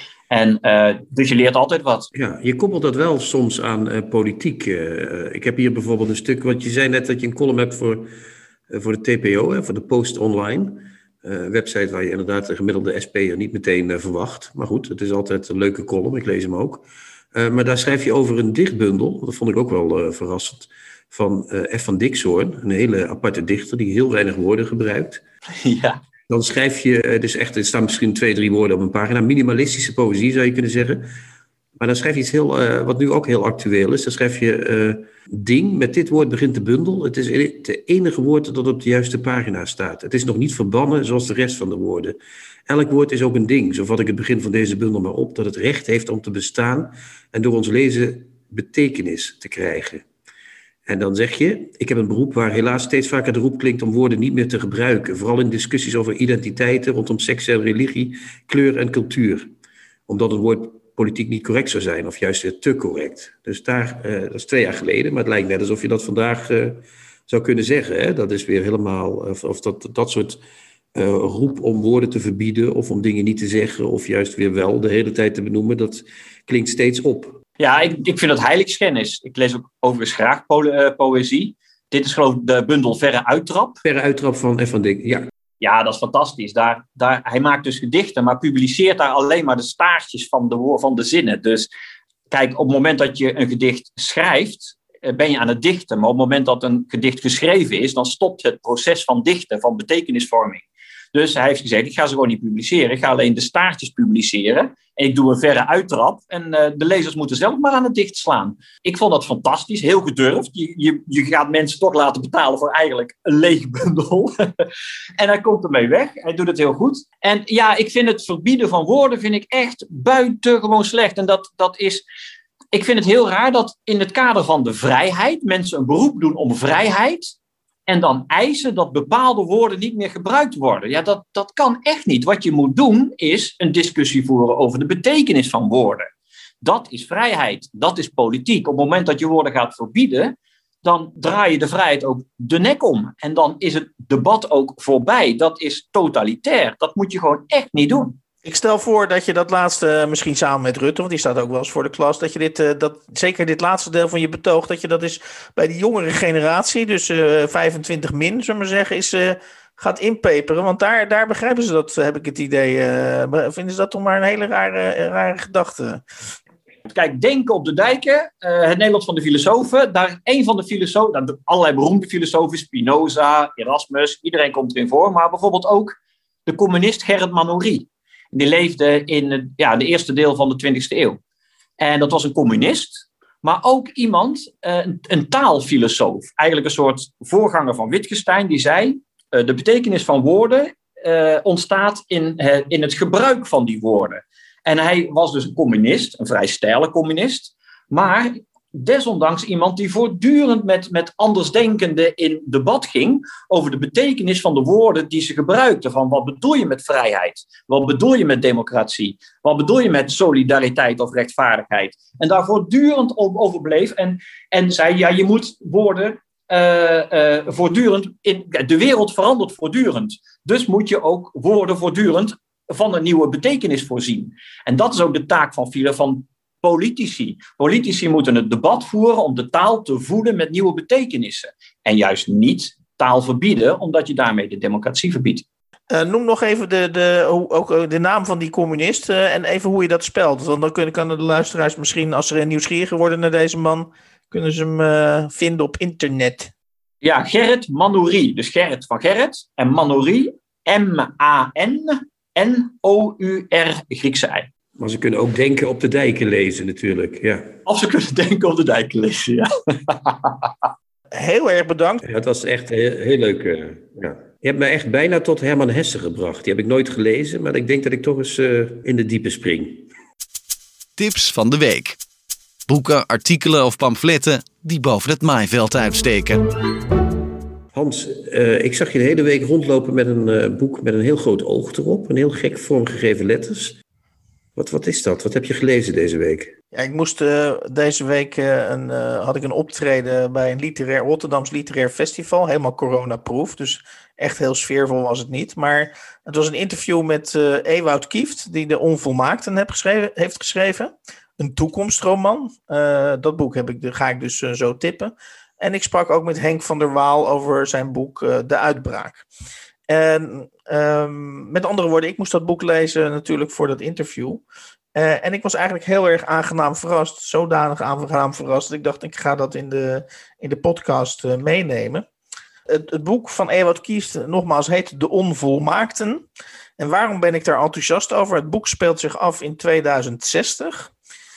En uh, dus je leert altijd wat. Ja, je koppelt dat wel soms aan uh, politiek. Uh, ik heb hier bijvoorbeeld een stuk, want je zei net dat je een column hebt voor, uh, voor de T P O, hè, voor de Post Online. Een uh, website waar je inderdaad de gemiddelde S P'er niet meteen uh, verwacht. Maar goed, het is altijd een leuke column, ik lees hem ook. Uh, maar daar schrijf je over een dichtbundel, dat vond ik ook wel uh, verrassend, van uh, F. van Dixhoorn, een hele aparte dichter die heel weinig woorden gebruikt. Ja. Dan schrijf je, uh, dus echt, er staan misschien twee, drie woorden op een pagina, minimalistische poëzie zou je kunnen zeggen. Maar dan schrijf je iets heel, uh, wat nu ook heel actueel is, dan schrijf je uh, ding, met dit woord begint de bundel. Het is het enige woord dat op de juiste pagina staat. Het is nog niet verbannen zoals de rest van de woorden. Elk woord is ook een ding, zo vat ik het begin van deze bundel maar op, dat het recht heeft om te bestaan en door ons lezen betekenis te krijgen. En dan zeg je, ik heb een beroep waar helaas steeds vaker de roep klinkt om woorden niet meer te gebruiken, vooral in discussies over identiteiten rondom seks en religie, kleur en cultuur. Omdat een woord politiek niet correct zou zijn, of juist weer te correct. Dus daar, uh, dat is twee jaar geleden, maar het lijkt net alsof je dat vandaag uh, zou kunnen zeggen. Hè? Dat is weer helemaal, of, of dat, dat soort uh, roep om woorden te verbieden, of om dingen niet te zeggen, of juist weer wel de hele tijd te benoemen, dat klinkt steeds op. Ja, ik, ik vind dat heiligschennis. Ik lees ook overigens graag po- uh, poëzie. Dit is geloof ik de bundel Verre Uittrap. Verre Uittrap van F. van Dijk, ja. Ja, dat is fantastisch. Daar, daar, hij maakt dus gedichten, maar publiceert daar alleen maar de staartjes van de, woor- van de zinnen. Dus kijk, op het moment dat je een gedicht schrijft, ben je aan het dichten. Maar op het moment dat een gedicht geschreven is, dan stopt het proces van dichten, van betekenisvorming. Dus hij heeft gezegd, ik ga ze gewoon niet publiceren. Ik ga alleen de staartjes publiceren. En ik doe een verre uittrap. En uh, de lezers moeten zelf maar aan het dicht slaan. Ik vond dat fantastisch, heel gedurfd. Je, je, je gaat mensen toch laten betalen voor eigenlijk een lege bundel. En hij komt ermee weg. Hij doet het heel goed. En ja, ik vind het verbieden van woorden vind ik echt buitengewoon slecht. En dat, dat is... Ik vind het heel raar dat in het kader van de vrijheid mensen een beroep doen om vrijheid en dan eisen dat bepaalde woorden niet meer gebruikt worden. Ja, dat, dat kan echt niet. Wat je moet doen is een discussie voeren over de betekenis van woorden. Dat is vrijheid. Dat is politiek. Op het moment dat je woorden gaat verbieden, dan draai je de vrijheid ook de nek om. En dan is het debat ook voorbij. Dat is totalitair. Dat moet je gewoon echt niet doen. Ik stel voor dat je dat laatste, misschien samen met Rutte, want die staat ook wel eens voor de klas, dat je dit, uh, dat, zeker dit laatste deel van je betoog, dat je dat is bij die jongere generatie, dus uh, vijfentwintig min, zullen we maar zeggen, is, uh, gaat inpeperen. Want daar, daar begrijpen ze dat, heb ik het idee. Uh, vinden ze dat toch maar een hele rare, rare gedachte. Kijk, Denken op de Dijken, uh, het Nederlands van de filosofen. Daar een van de filosofen, nou, allerlei beroemde filosofen, Spinoza, Erasmus, iedereen komt erin voor. Maar bijvoorbeeld ook de communist Gerrit Manoury. Die leefde in het ja, de eerste deel van de twintigste eeuw. En dat was een communist, maar ook iemand, uh, een, een taalfilosoof. Eigenlijk een soort voorganger van Wittgenstein, die zei, uh, de betekenis van woorden uh, ontstaat in, uh, in het gebruik van die woorden. En hij was dus een communist, een vrij steile communist, maar desondanks iemand die voortdurend met, met andersdenkenden in debat ging over de betekenis van de woorden die ze gebruikten. Van wat bedoel je met vrijheid? Wat bedoel je met democratie? Wat bedoel je met solidariteit of rechtvaardigheid? En daar voortdurend over bleef en, en zei, ja, je moet woorden uh, uh, voortdurend, in, de wereld verandert voortdurend. Dus moet je ook woorden voortdurend van een nieuwe betekenis voorzien. En dat is ook de taak van file van politici. Politici moeten het debat voeren om de taal te voeden met nieuwe betekenissen. En juist niet taal verbieden, omdat je daarmee de democratie verbiedt. Uh, noem nog even de, de, ook de naam van die communist uh, en even hoe je dat spelt. Want dan kunnen, kunnen de luisteraars misschien, als ze nieuwsgierig worden naar deze man, kunnen ze hem uh, vinden op internet. Ja, Gerrit Manoury. Dus Gerrit van Gerrit en Manoury, M A N N O U R Griekse I. Maar ze kunnen ook denken op de dijken lezen natuurlijk, ja. Of ze kunnen denken op de dijken lezen, ja. Heel erg bedankt. Ja, het was echt heel, heel leuk. Uh, ja. Je hebt me echt bijna tot Herman Hesse gebracht. Die heb ik nooit gelezen, maar ik denk dat ik toch eens uh, in de diepe spring. Tips van de week. Boeken, artikelen of pamfletten die boven het maaiveld uitsteken. Hans, uh, ik zag je de hele week rondlopen met een uh, boek met een heel groot oog erop. Een heel gek vormgegeven letters. Wat, wat is dat? Wat heb je gelezen deze week? Ja, ik moest uh, deze week uh, een, uh, had ik een optreden bij een literair, Rotterdams Literair Festival. Helemaal coronaproof, dus echt heel sfeervol was het niet. Maar het was een interview met uh, Ewout Kieft, die De Onvolmaakten heb geschreven, heeft geschreven. Een toekomstroman. Uh, dat boek heb ik, ga ik dus uh, zo tippen. En ik sprak ook met Henk van der Waal over zijn boek uh, De Uitbraak. En um, met andere woorden, ik moest dat boek lezen natuurlijk voor dat interview. Uh, en ik was eigenlijk heel erg aangenaam verrast. Zodanig aangenaam verrast dat ik dacht, ik ga dat in de, in de podcast uh, meenemen. Het, het boek van Ewout Kieft, nogmaals, heet De Onvolmaakten. En waarom ben ik daar enthousiast over? Het boek speelt zich af in tweeduizend zestig.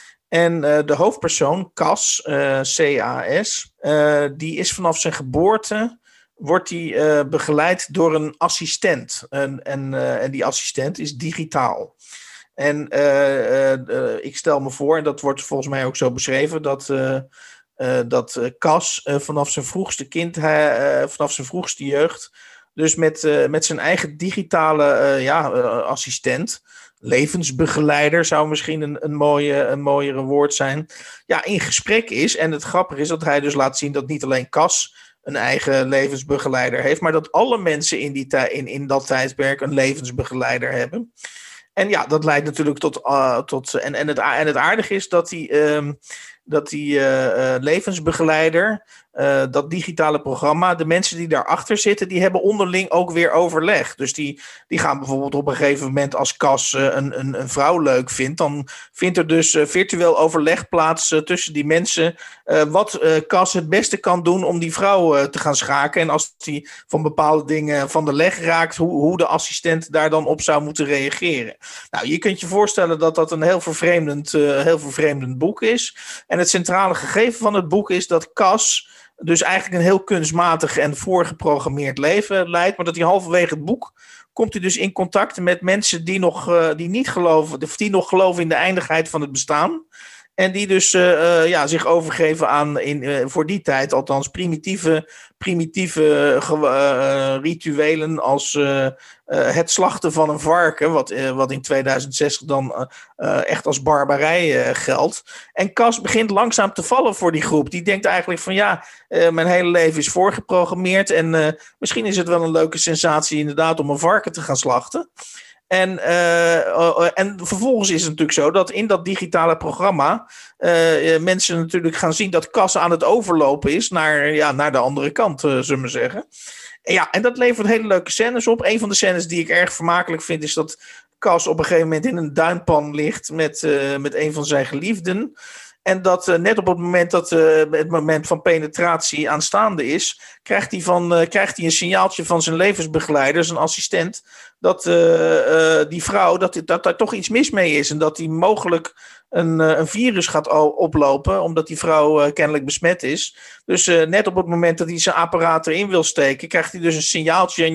En uh, de hoofdpersoon, Cas, uh, C A S, uh, die is vanaf zijn geboorte, wordt hij uh, begeleid door een assistent. En, en, uh, en die assistent is digitaal. En uh, uh, uh, ik stel me voor, en dat wordt volgens mij ook zo beschreven, dat, uh, uh, dat uh, Cas uh, vanaf zijn vroegste kind, uh, vanaf zijn vroegste jeugd, dus met, uh, met zijn eigen digitale uh, ja, uh, assistent, levensbegeleider zou misschien een, een, mooie, een mooiere woord zijn, ja, in gesprek is. En het grappige is dat hij dus laat zien dat niet alleen Cas een eigen levensbegeleider heeft, maar dat alle mensen in, die tij- in, in dat tijdperk een levensbegeleider hebben. En ja, dat leidt natuurlijk tot... Uh, tot en, en, het, en het aardige is dat die, um, dat die uh, uh, levensbegeleider, uh, dat digitale programma, de mensen die daarachter zitten, die hebben onderling ook weer overleg. Dus die, die gaan bijvoorbeeld op een gegeven moment, als Cas uh, een, een, een vrouw leuk vindt, dan vindt er dus uh, virtueel overleg plaats uh, tussen die mensen, uh, wat uh, Cas het beste kan doen om die vrouw uh, te gaan schaken. En als die van bepaalde dingen van de leg raakt, hoe, hoe de assistent daar dan op zou moeten reageren. Nou, je kunt je voorstellen dat dat een heel vervreemdend, uh, heel vervreemdend boek is. En het centrale gegeven van het boek is dat Cas dus eigenlijk een heel kunstmatig en voorgeprogrammeerd leven leidt, maar dat hij halverwege het boek komt hij dus in contact met mensen die nog, uh, die niet geloven, of die nog geloven in de eindigheid van het bestaan. En die dus uh, uh, ja, zich overgeven aan, in, uh, voor die tijd althans, primitieve, primitieve uh, uh, rituelen als uh, uh, het slachten van een varken, wat, uh, wat in tweeduizend zestig dan uh, uh, echt als barbarij uh, geldt. En Cas begint langzaam te vallen voor die groep. Die denkt eigenlijk van ja, uh, mijn hele leven is voorgeprogrammeerd en uh, misschien is het wel een leuke sensatie inderdaad om een varken te gaan slachten. En, uh, uh, en vervolgens is het natuurlijk zo dat in dat digitale programma uh, mensen natuurlijk gaan zien dat Cas aan het overlopen is naar, ja, naar de andere kant, uh, zullen we zeggen. En, ja, en dat levert hele leuke scènes op. Een van de scènes die ik erg vermakelijk vind is dat Cas op een gegeven moment in een duinpan ligt met, uh, met een van zijn geliefden. En dat uh, net op het moment dat uh, het moment van penetratie aanstaande is, krijgt hij, van, uh, krijgt hij een signaaltje van zijn levensbegeleider, zijn assistent, dat uh, uh, die vrouw, dat, dat daar toch iets mis mee is. En dat hij mogelijk een, uh, een virus gaat oplopen, omdat die vrouw uh, kennelijk besmet is. Dus uh, net op het moment dat hij zijn apparaat erin wil steken, krijgt hij dus een signaaltje,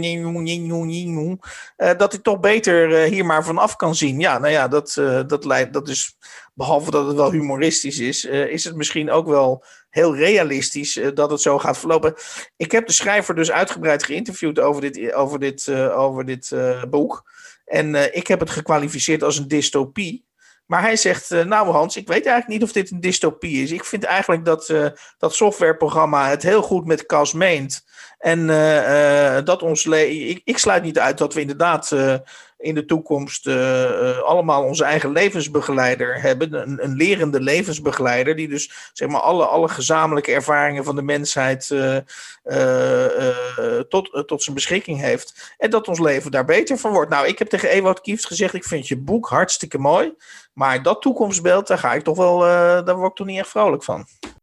uh, dat hij toch beter uh, hier maar vanaf kan zien. Ja, nou ja, dat, uh, dat, leidt, dat is, behalve dat het wel humoristisch is, uh, is het misschien ook wel heel realistisch uh, dat het zo gaat verlopen. Ik heb de schrijver dus uitgebreid geïnterviewd over dit, over dit, uh, over dit uh, boek. En uh, ik heb het gekwalificeerd als een dystopie. Maar hij zegt, uh, nou Hans, ik weet eigenlijk niet of dit een dystopie is. Ik vind eigenlijk dat uh, dat softwareprogramma het heel goed met Cas meent. En uh, uh, dat ons le- ik, ik sluit niet uit dat we inderdaad uh, in de toekomst uh, uh, allemaal onze eigen levensbegeleider hebben. Een, een lerende levensbegeleider die dus zeg maar alle, alle gezamenlijke ervaringen van de mensheid uh, uh, uh, tot, uh, tot zijn beschikking heeft. En dat ons leven daar beter van wordt. Nou, ik heb tegen Ewout Kieft gezegd, ik vind je boek hartstikke mooi. Maar dat toekomstbeeld, daar ga ik toch wel, uh, daar word ik toch niet echt vrolijk van.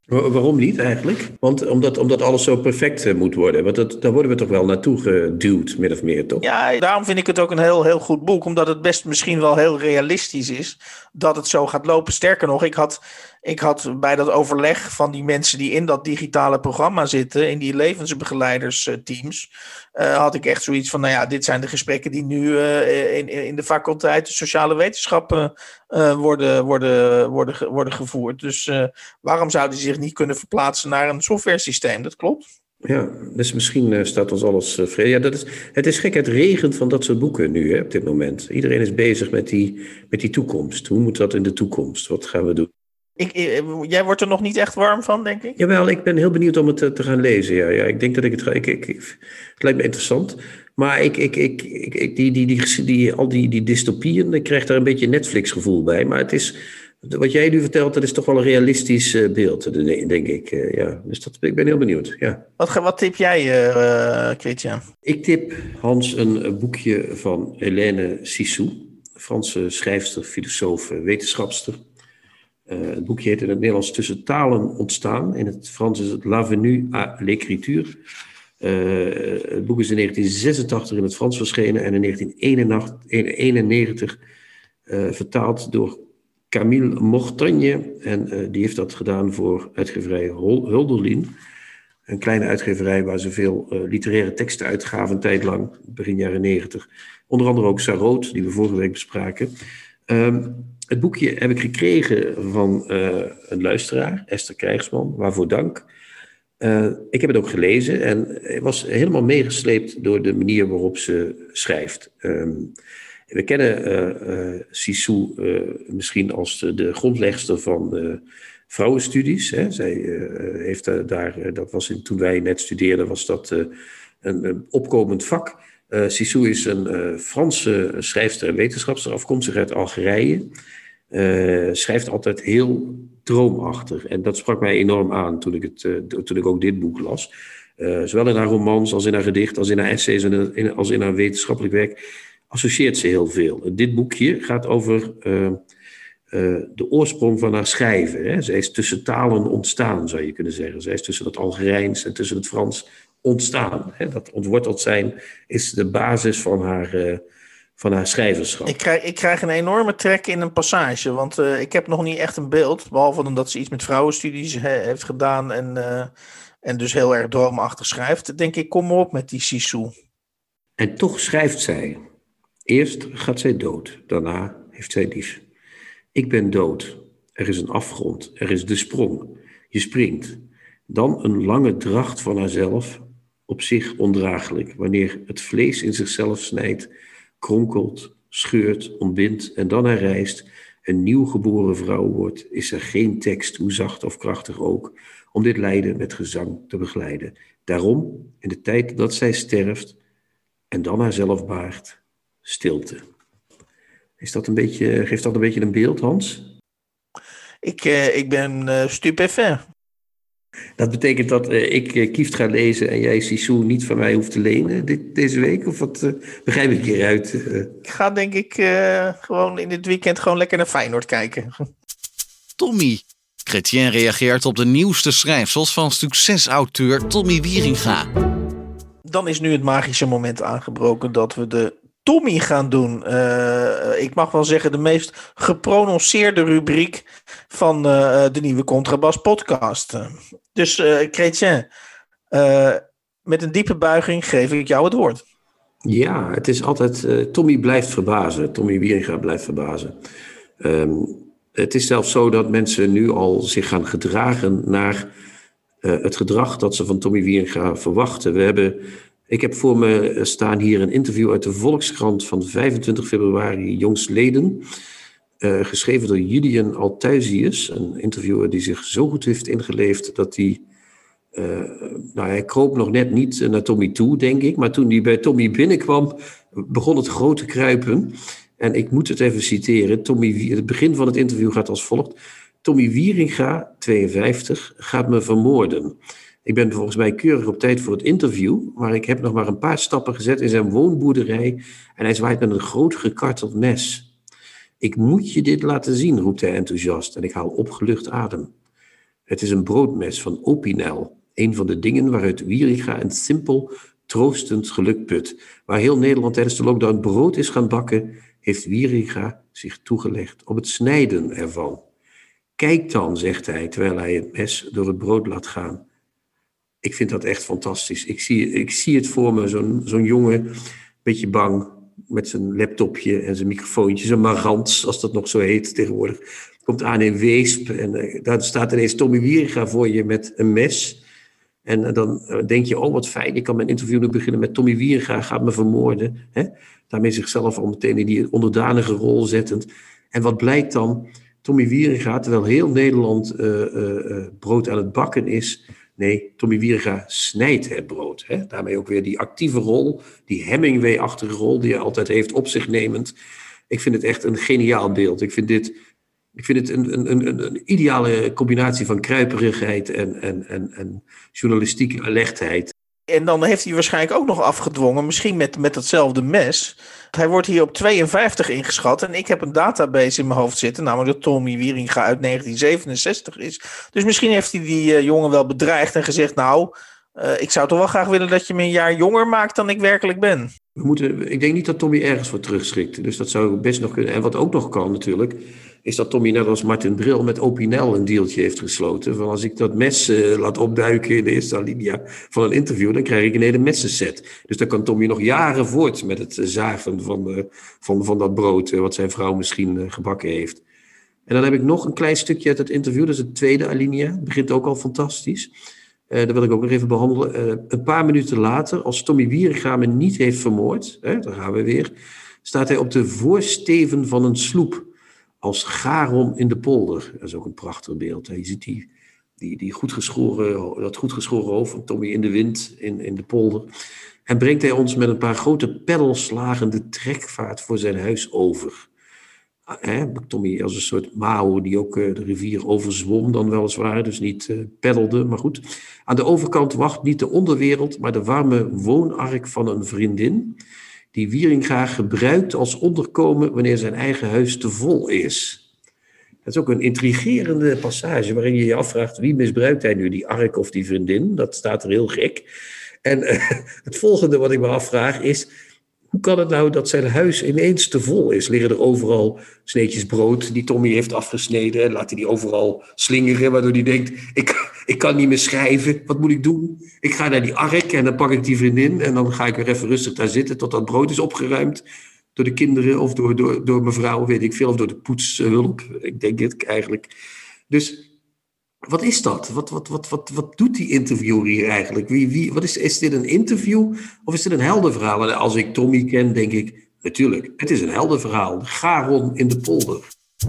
Waarom niet eigenlijk? Want omdat, omdat alles zo perfect moet worden. Want dat, daar worden we toch wel naartoe geduwd, min of meer, toch? Ja, daarom vind ik het ook een heel, heel goed boek. Omdat het best misschien wel heel realistisch is dat het zo gaat lopen. Sterker nog, ik had, ik had bij dat overleg van die mensen die in dat digitale programma zitten, in die levensbegeleidersteams, uh, had ik echt zoiets van, nou ja, dit zijn de gesprekken die nu uh, in, in de faculteit sociale wetenschappen uh, worden, worden, worden, worden gevoerd. Dus uh, waarom zou die zich niet kunnen verplaatsen naar een software systeem? Dat klopt. Ja, dus misschien uh, staat ons alles uh, vrede. Ja, dat is, het is gek, het regent van dat soort boeken nu, hè, op dit moment. Iedereen is bezig met die, met die toekomst. Hoe moet dat in de toekomst? Wat gaan we doen? Ik, jij wordt er nog niet echt warm van, denk ik? Jawel, ik ben heel benieuwd om het te, te gaan lezen. Ja, ja, ik denk dat ik het ga. Ik, ik, ik, het lijkt me interessant. Maar ik, ik, ik, ik, ik, die, die, die, die, al die, die dystopieën, ik krijg daar een beetje Netflix-gevoel bij. Maar het is, wat jij nu vertelt, dat is toch wel een realistisch uh, beeld, denk ik. Uh, ja. Dus dat, ik ben heel benieuwd. Ja. Wat, wat tip jij, uh, Chrétien? Ik tip Hans een boekje van Hélène Cixous, Franse schrijfster, filosoof, wetenschapster. Uh, het boekje heet in het Nederlands Tussen talen ontstaan. In het Frans is het L'avenue à l'écriture. Uh, het boek is in negentien zesentachtig in het Frans verschenen en in negentien eenennegentig uh, vertaald door Camille Mortagne. En uh, die heeft dat gedaan voor uitgeverij Hölderlin. Een kleine uitgeverij waar ze veel uh, literaire teksten uitgaven, een tijd lang, begin jaren negentig. Onder andere ook Sarraute, die we vorige week bespraken. Um, Het boekje heb ik gekregen van uh, een luisteraar, Esther Krijgsman, waarvoor dank. Uh, ik heb het ook gelezen en was helemaal meegesleept door de manier waarop ze schrijft. Um, we kennen uh, uh, Cixous uh, misschien als de, de grondlegster van uh, vrouwenstudies. Hè. Zij uh, heeft uh, daar, uh, dat was in, toen wij net studeerden, was dat uh, een, een opkomend vak. Uh, Cixous is een uh, Franse schrijfster en wetenschapster, afkomstig uit Algerije. Uh, schrijft altijd heel droomachtig. En dat sprak mij enorm aan toen ik, het, uh, toen ik ook dit boek las. Uh, zowel in haar romans als in haar gedicht, als in haar essays en in, als in haar wetenschappelijk werk associeert ze heel veel. Dit boekje gaat over uh, uh, de oorsprong van haar schrijven. Hè. Zij is tussen talen ontstaan, zou je kunnen zeggen. Zij is tussen het Algerijns en tussen het Frans ontstaan. Hè. Dat ontworteld zijn is de basis van haar, uh, van haar schrijverschap. Ik krijg, ik krijg een enorme trek in een passage, want uh, ik heb nog niet echt een beeld, behalve omdat ze iets met vrouwenstudies he, heeft gedaan en, uh, en dus heel erg droomachtig schrijft. Denk ik, kom maar op met die Cixous. En toch schrijft zij. Eerst gaat zij dood, daarna heeft zij lief. Ik ben dood. Er is een afgrond, er is de sprong. Je springt. Dan een lange dracht van haarzelf, op zich ondraaglijk, wanneer het vlees in zichzelf snijdt, kronkelt, scheurt, ontbindt en dan herrijst, een nieuw geboren vrouw wordt, is er geen tekst, hoe zacht of krachtig ook, om dit lijden met gezang te begeleiden. Daarom, in de tijd dat zij sterft en dan haarzelf baart, stilte. Is dat een beetje, geeft dat een beetje een beeld, Hans? Ik, uh, ik ben uh, stupéfait. Dat betekent dat uh, ik uh, Kieft ga lezen en jij Cixous niet van mij hoeft te lenen dit, deze week? Of wat uh, begrijp ik hieruit? Uh... Ik ga denk ik uh, gewoon in dit weekend gewoon lekker naar Feyenoord kijken. Tommy. Chrétien reageert op de nieuwste schrijfsels van succesauteur Tommy Wieringa. Dan is nu het magische moment aangebroken dat we de Tommy gaan doen. Uh, ik mag wel zeggen de meest geprononceerde rubriek van uh, de nieuwe Contrabas podcast. Dus uh, Chrétien, uh, met een diepe buiging geef ik jou het woord. Ja, het is altijd... Uh, Tommy blijft verbazen. Tommy Wieringa blijft verbazen. Um, het is zelfs zo dat mensen nu al zich gaan gedragen naar uh, het gedrag dat ze van Tommy Wieringa verwachten. We hebben... Ik heb voor me staan hier een interview uit de Volkskrant van vijfentwintig februari jongstleden. Uh, geschreven door Julian Althusius, een interviewer die zich zo goed heeft ingeleefd dat hij... Uh, nou, hij kroop nog net niet naar Tommy toe, denk ik. Maar toen hij bij Tommy binnenkwam, begon het grote kruipen. En ik moet het even citeren. Tommy, het begin van het interview gaat als volgt. Tommy Wieringa, tweeënvijftig, gaat me vermoorden. Ik ben volgens mij keurig op tijd voor het interview, maar ik heb nog maar een paar stappen gezet in zijn woonboerderij en hij zwaait met een groot gekarteld mes. Ik moet je dit laten zien, roept hij enthousiast en ik haal opgelucht adem. Het is een broodmes van Opinel. Een van de dingen waaruit Wieringa een simpel, troostend geluk put. Waar heel Nederland tijdens de lockdown brood is gaan bakken, heeft Wieringa zich toegelegd op het snijden ervan. Kijk dan, zegt hij, terwijl hij het mes door het brood laat gaan. Ik vind dat echt fantastisch. Ik zie, ik zie het voor me, zo'n, zo'n jongen, een beetje bang, met zijn laptopje en zijn microfoontje, zijn marant, als dat nog zo heet tegenwoordig. Komt aan in Weesp en uh, daar staat ineens Tommy Wieringa voor je met een mes. En uh, dan uh, denk je, oh wat fijn, ik kan mijn interview nu beginnen met Tommy Wieringa, gaat me vermoorden. Hè? Daarmee zichzelf al meteen in die onderdanige rol zettend. En wat blijkt dan? Tommy Wieringa, terwijl heel Nederland uh, uh, uh, brood aan het bakken is. Nee, Tommy Wieringa snijdt het brood. Hè? Daarmee ook weer die actieve rol, die Hemingway-achtige rol die hij altijd heeft op zich nemend. Ik vind het echt een geniaal beeld. Ik vind dit, ik vind het een, een, een, een ideale combinatie van kruiperigheid en, en, en, en journalistieke alertheid. En dan heeft hij waarschijnlijk ook nog afgedwongen, misschien met, met hetzelfde mes. Hij wordt hier op tweeënvijftig ingeschat en ik heb een database in mijn hoofd zitten, namelijk dat Tommy Wieringa uit negentien zevenenzestig is. Dus misschien heeft hij die uh, jongen wel bedreigd en gezegd, nou, uh, ik zou toch wel graag willen dat je me een jaar jonger maakt dan ik werkelijk ben. We moeten, ik denk niet dat Tommy ergens voor terugschrikt, dus dat zou best nog kunnen. En wat ook nog kan natuurlijk, is dat Tommy net als Martin Bril met Opinel een dealtje heeft gesloten. Van als ik dat mes uh, laat opduiken in de eerste alinea van een interview, dan krijg ik een hele messenset. Dus dan kan Tommy nog jaren voort met het zagen van, uh, van, van dat brood, uh, wat zijn vrouw misschien uh, gebakken heeft. En dan heb ik nog een klein stukje uit het interview, dat is het tweede alinea. Het begint ook al fantastisch. Uh, dat wil ik ook nog even behandelen. Uh, een paar minuten later, als Tommy Wieringa me niet heeft vermoord, hè, daar gaan we weer, staat hij op de voorsteven van een sloep. Als Charon in de polder. Dat is ook een prachtig beeld. Je ziet die, die, die goed geschoren, dat goed geschoren hoofd van Tommy in de wind, in, in de polder. En brengt hij ons met een paar grote peddelslagen de trekvaart voor zijn huis over. Hè, Tommy als een soort Mao die ook uh, de rivier overzwom dan weliswaar, dus niet uh, peddelde, maar goed. Aan de overkant wacht niet de onderwereld, maar de warme woonark van een vriendin, die Wieringa gebruikt als onderkomen wanneer zijn eigen huis te vol is. Dat is ook een intrigerende passage waarin je je afvraagt, wie misbruikt hij nu, die ark of die vriendin? Dat staat er heel gek. En uh, het volgende wat ik me afvraag is, hoe kan het nou dat zijn huis ineens te vol is? Liggen er overal sneetjes brood die Tommy heeft afgesneden en laat hij die overal slingeren, waardoor hij denkt, ik, ik kan niet meer schrijven, wat moet ik doen? Ik ga naar die ark en dan pak ik die vriendin en dan ga ik weer even rustig daar zitten tot dat brood is opgeruimd door de kinderen of door, door, door mevrouw, weet ik veel, of door de poetshulp. Ik denk het eigenlijk. Dus wat is dat? Wat, wat, wat, wat, wat doet die interviewer hier eigenlijk? Wie, wie, wat is, is dit een interview of is dit een heldenverhaal? En als ik Tommy ken, denk ik, natuurlijk, het is een heldenverhaal. Charon in de polder.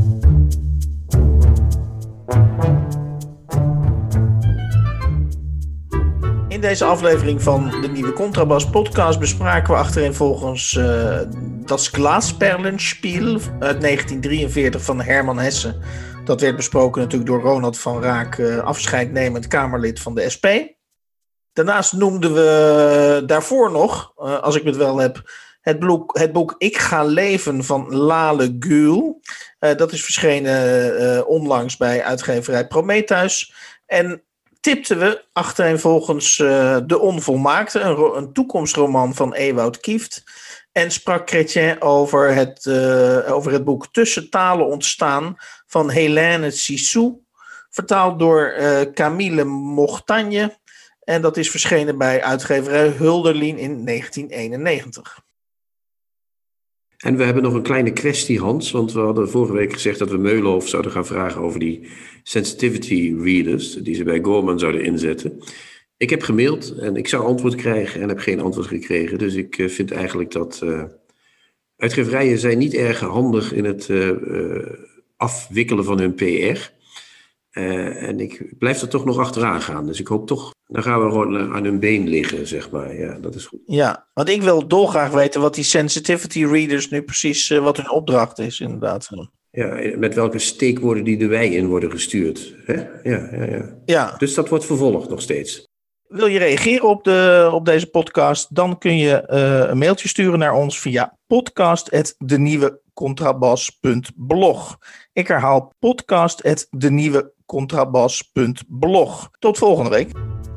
In deze aflevering van de Nieuwe Contrabas podcast bespraken we achtereenvolgens uh, Das Glasperlenspiel uit negentien drieënveertig van Herman Hesse. Dat werd besproken natuurlijk door Ronald van Raak, uh, afscheidnemend Kamerlid van de S P. Daarnaast noemden we daarvoor nog, uh, als ik het wel heb, het boek, het boek Ik ga leven van Lale Gül. Uh, dat is verschenen uh, onlangs bij uitgeverij Prometheus. En tipten we achtereenvolgens uh, De Onvolmaakte, een, ro- een toekomstroman van Ewout Kieft. En sprak Chrétien over het, uh, over het boek Tussen talen ontstaan van Hélène Cixous, vertaald door uh, Camille Mortagne. En dat is verschenen bij uitgeverij Hulderlien in negentien eenennegentig. En we hebben nog een kleine kwestie, Hans, want we hadden vorige week gezegd dat we Meulhof zouden gaan vragen over die sensitivity readers, die ze bij Gorman zouden inzetten. Ik heb gemaild en ik zou antwoord krijgen en heb geen antwoord gekregen. Dus ik uh, vind eigenlijk dat uh, uitgeverijen zijn niet erg handig in het uh, uh, afwikkelen van hun P R. Uh, en ik blijf er toch nog achteraan gaan. Dus ik hoop toch, dan gaan we gewoon uh, aan hun been liggen, zeg maar. Ja, dat is goed. Ja, want ik wil dolgraag weten wat die sensitivity readers nu precies, uh, wat hun opdracht is, inderdaad. Ja, met welke steekwoorden die de wei in worden gestuurd. Hè? Ja, ja, ja. Ja. Dus dat wordt vervolgd nog steeds. Wil je reageren op, de, op deze podcast? Dan kun je uh, een mailtje sturen naar ons via podcast at de nieuwe contrabas punt blog. Ik herhaal podcast at de nieuwe contrabas punt blog. Tot volgende week.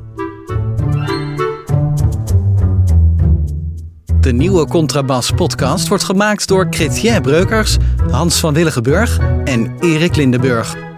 De nieuwe Contrabas podcast wordt gemaakt door Chrétien Breukers, Hans van Willigenburg en Erik Lindenburg.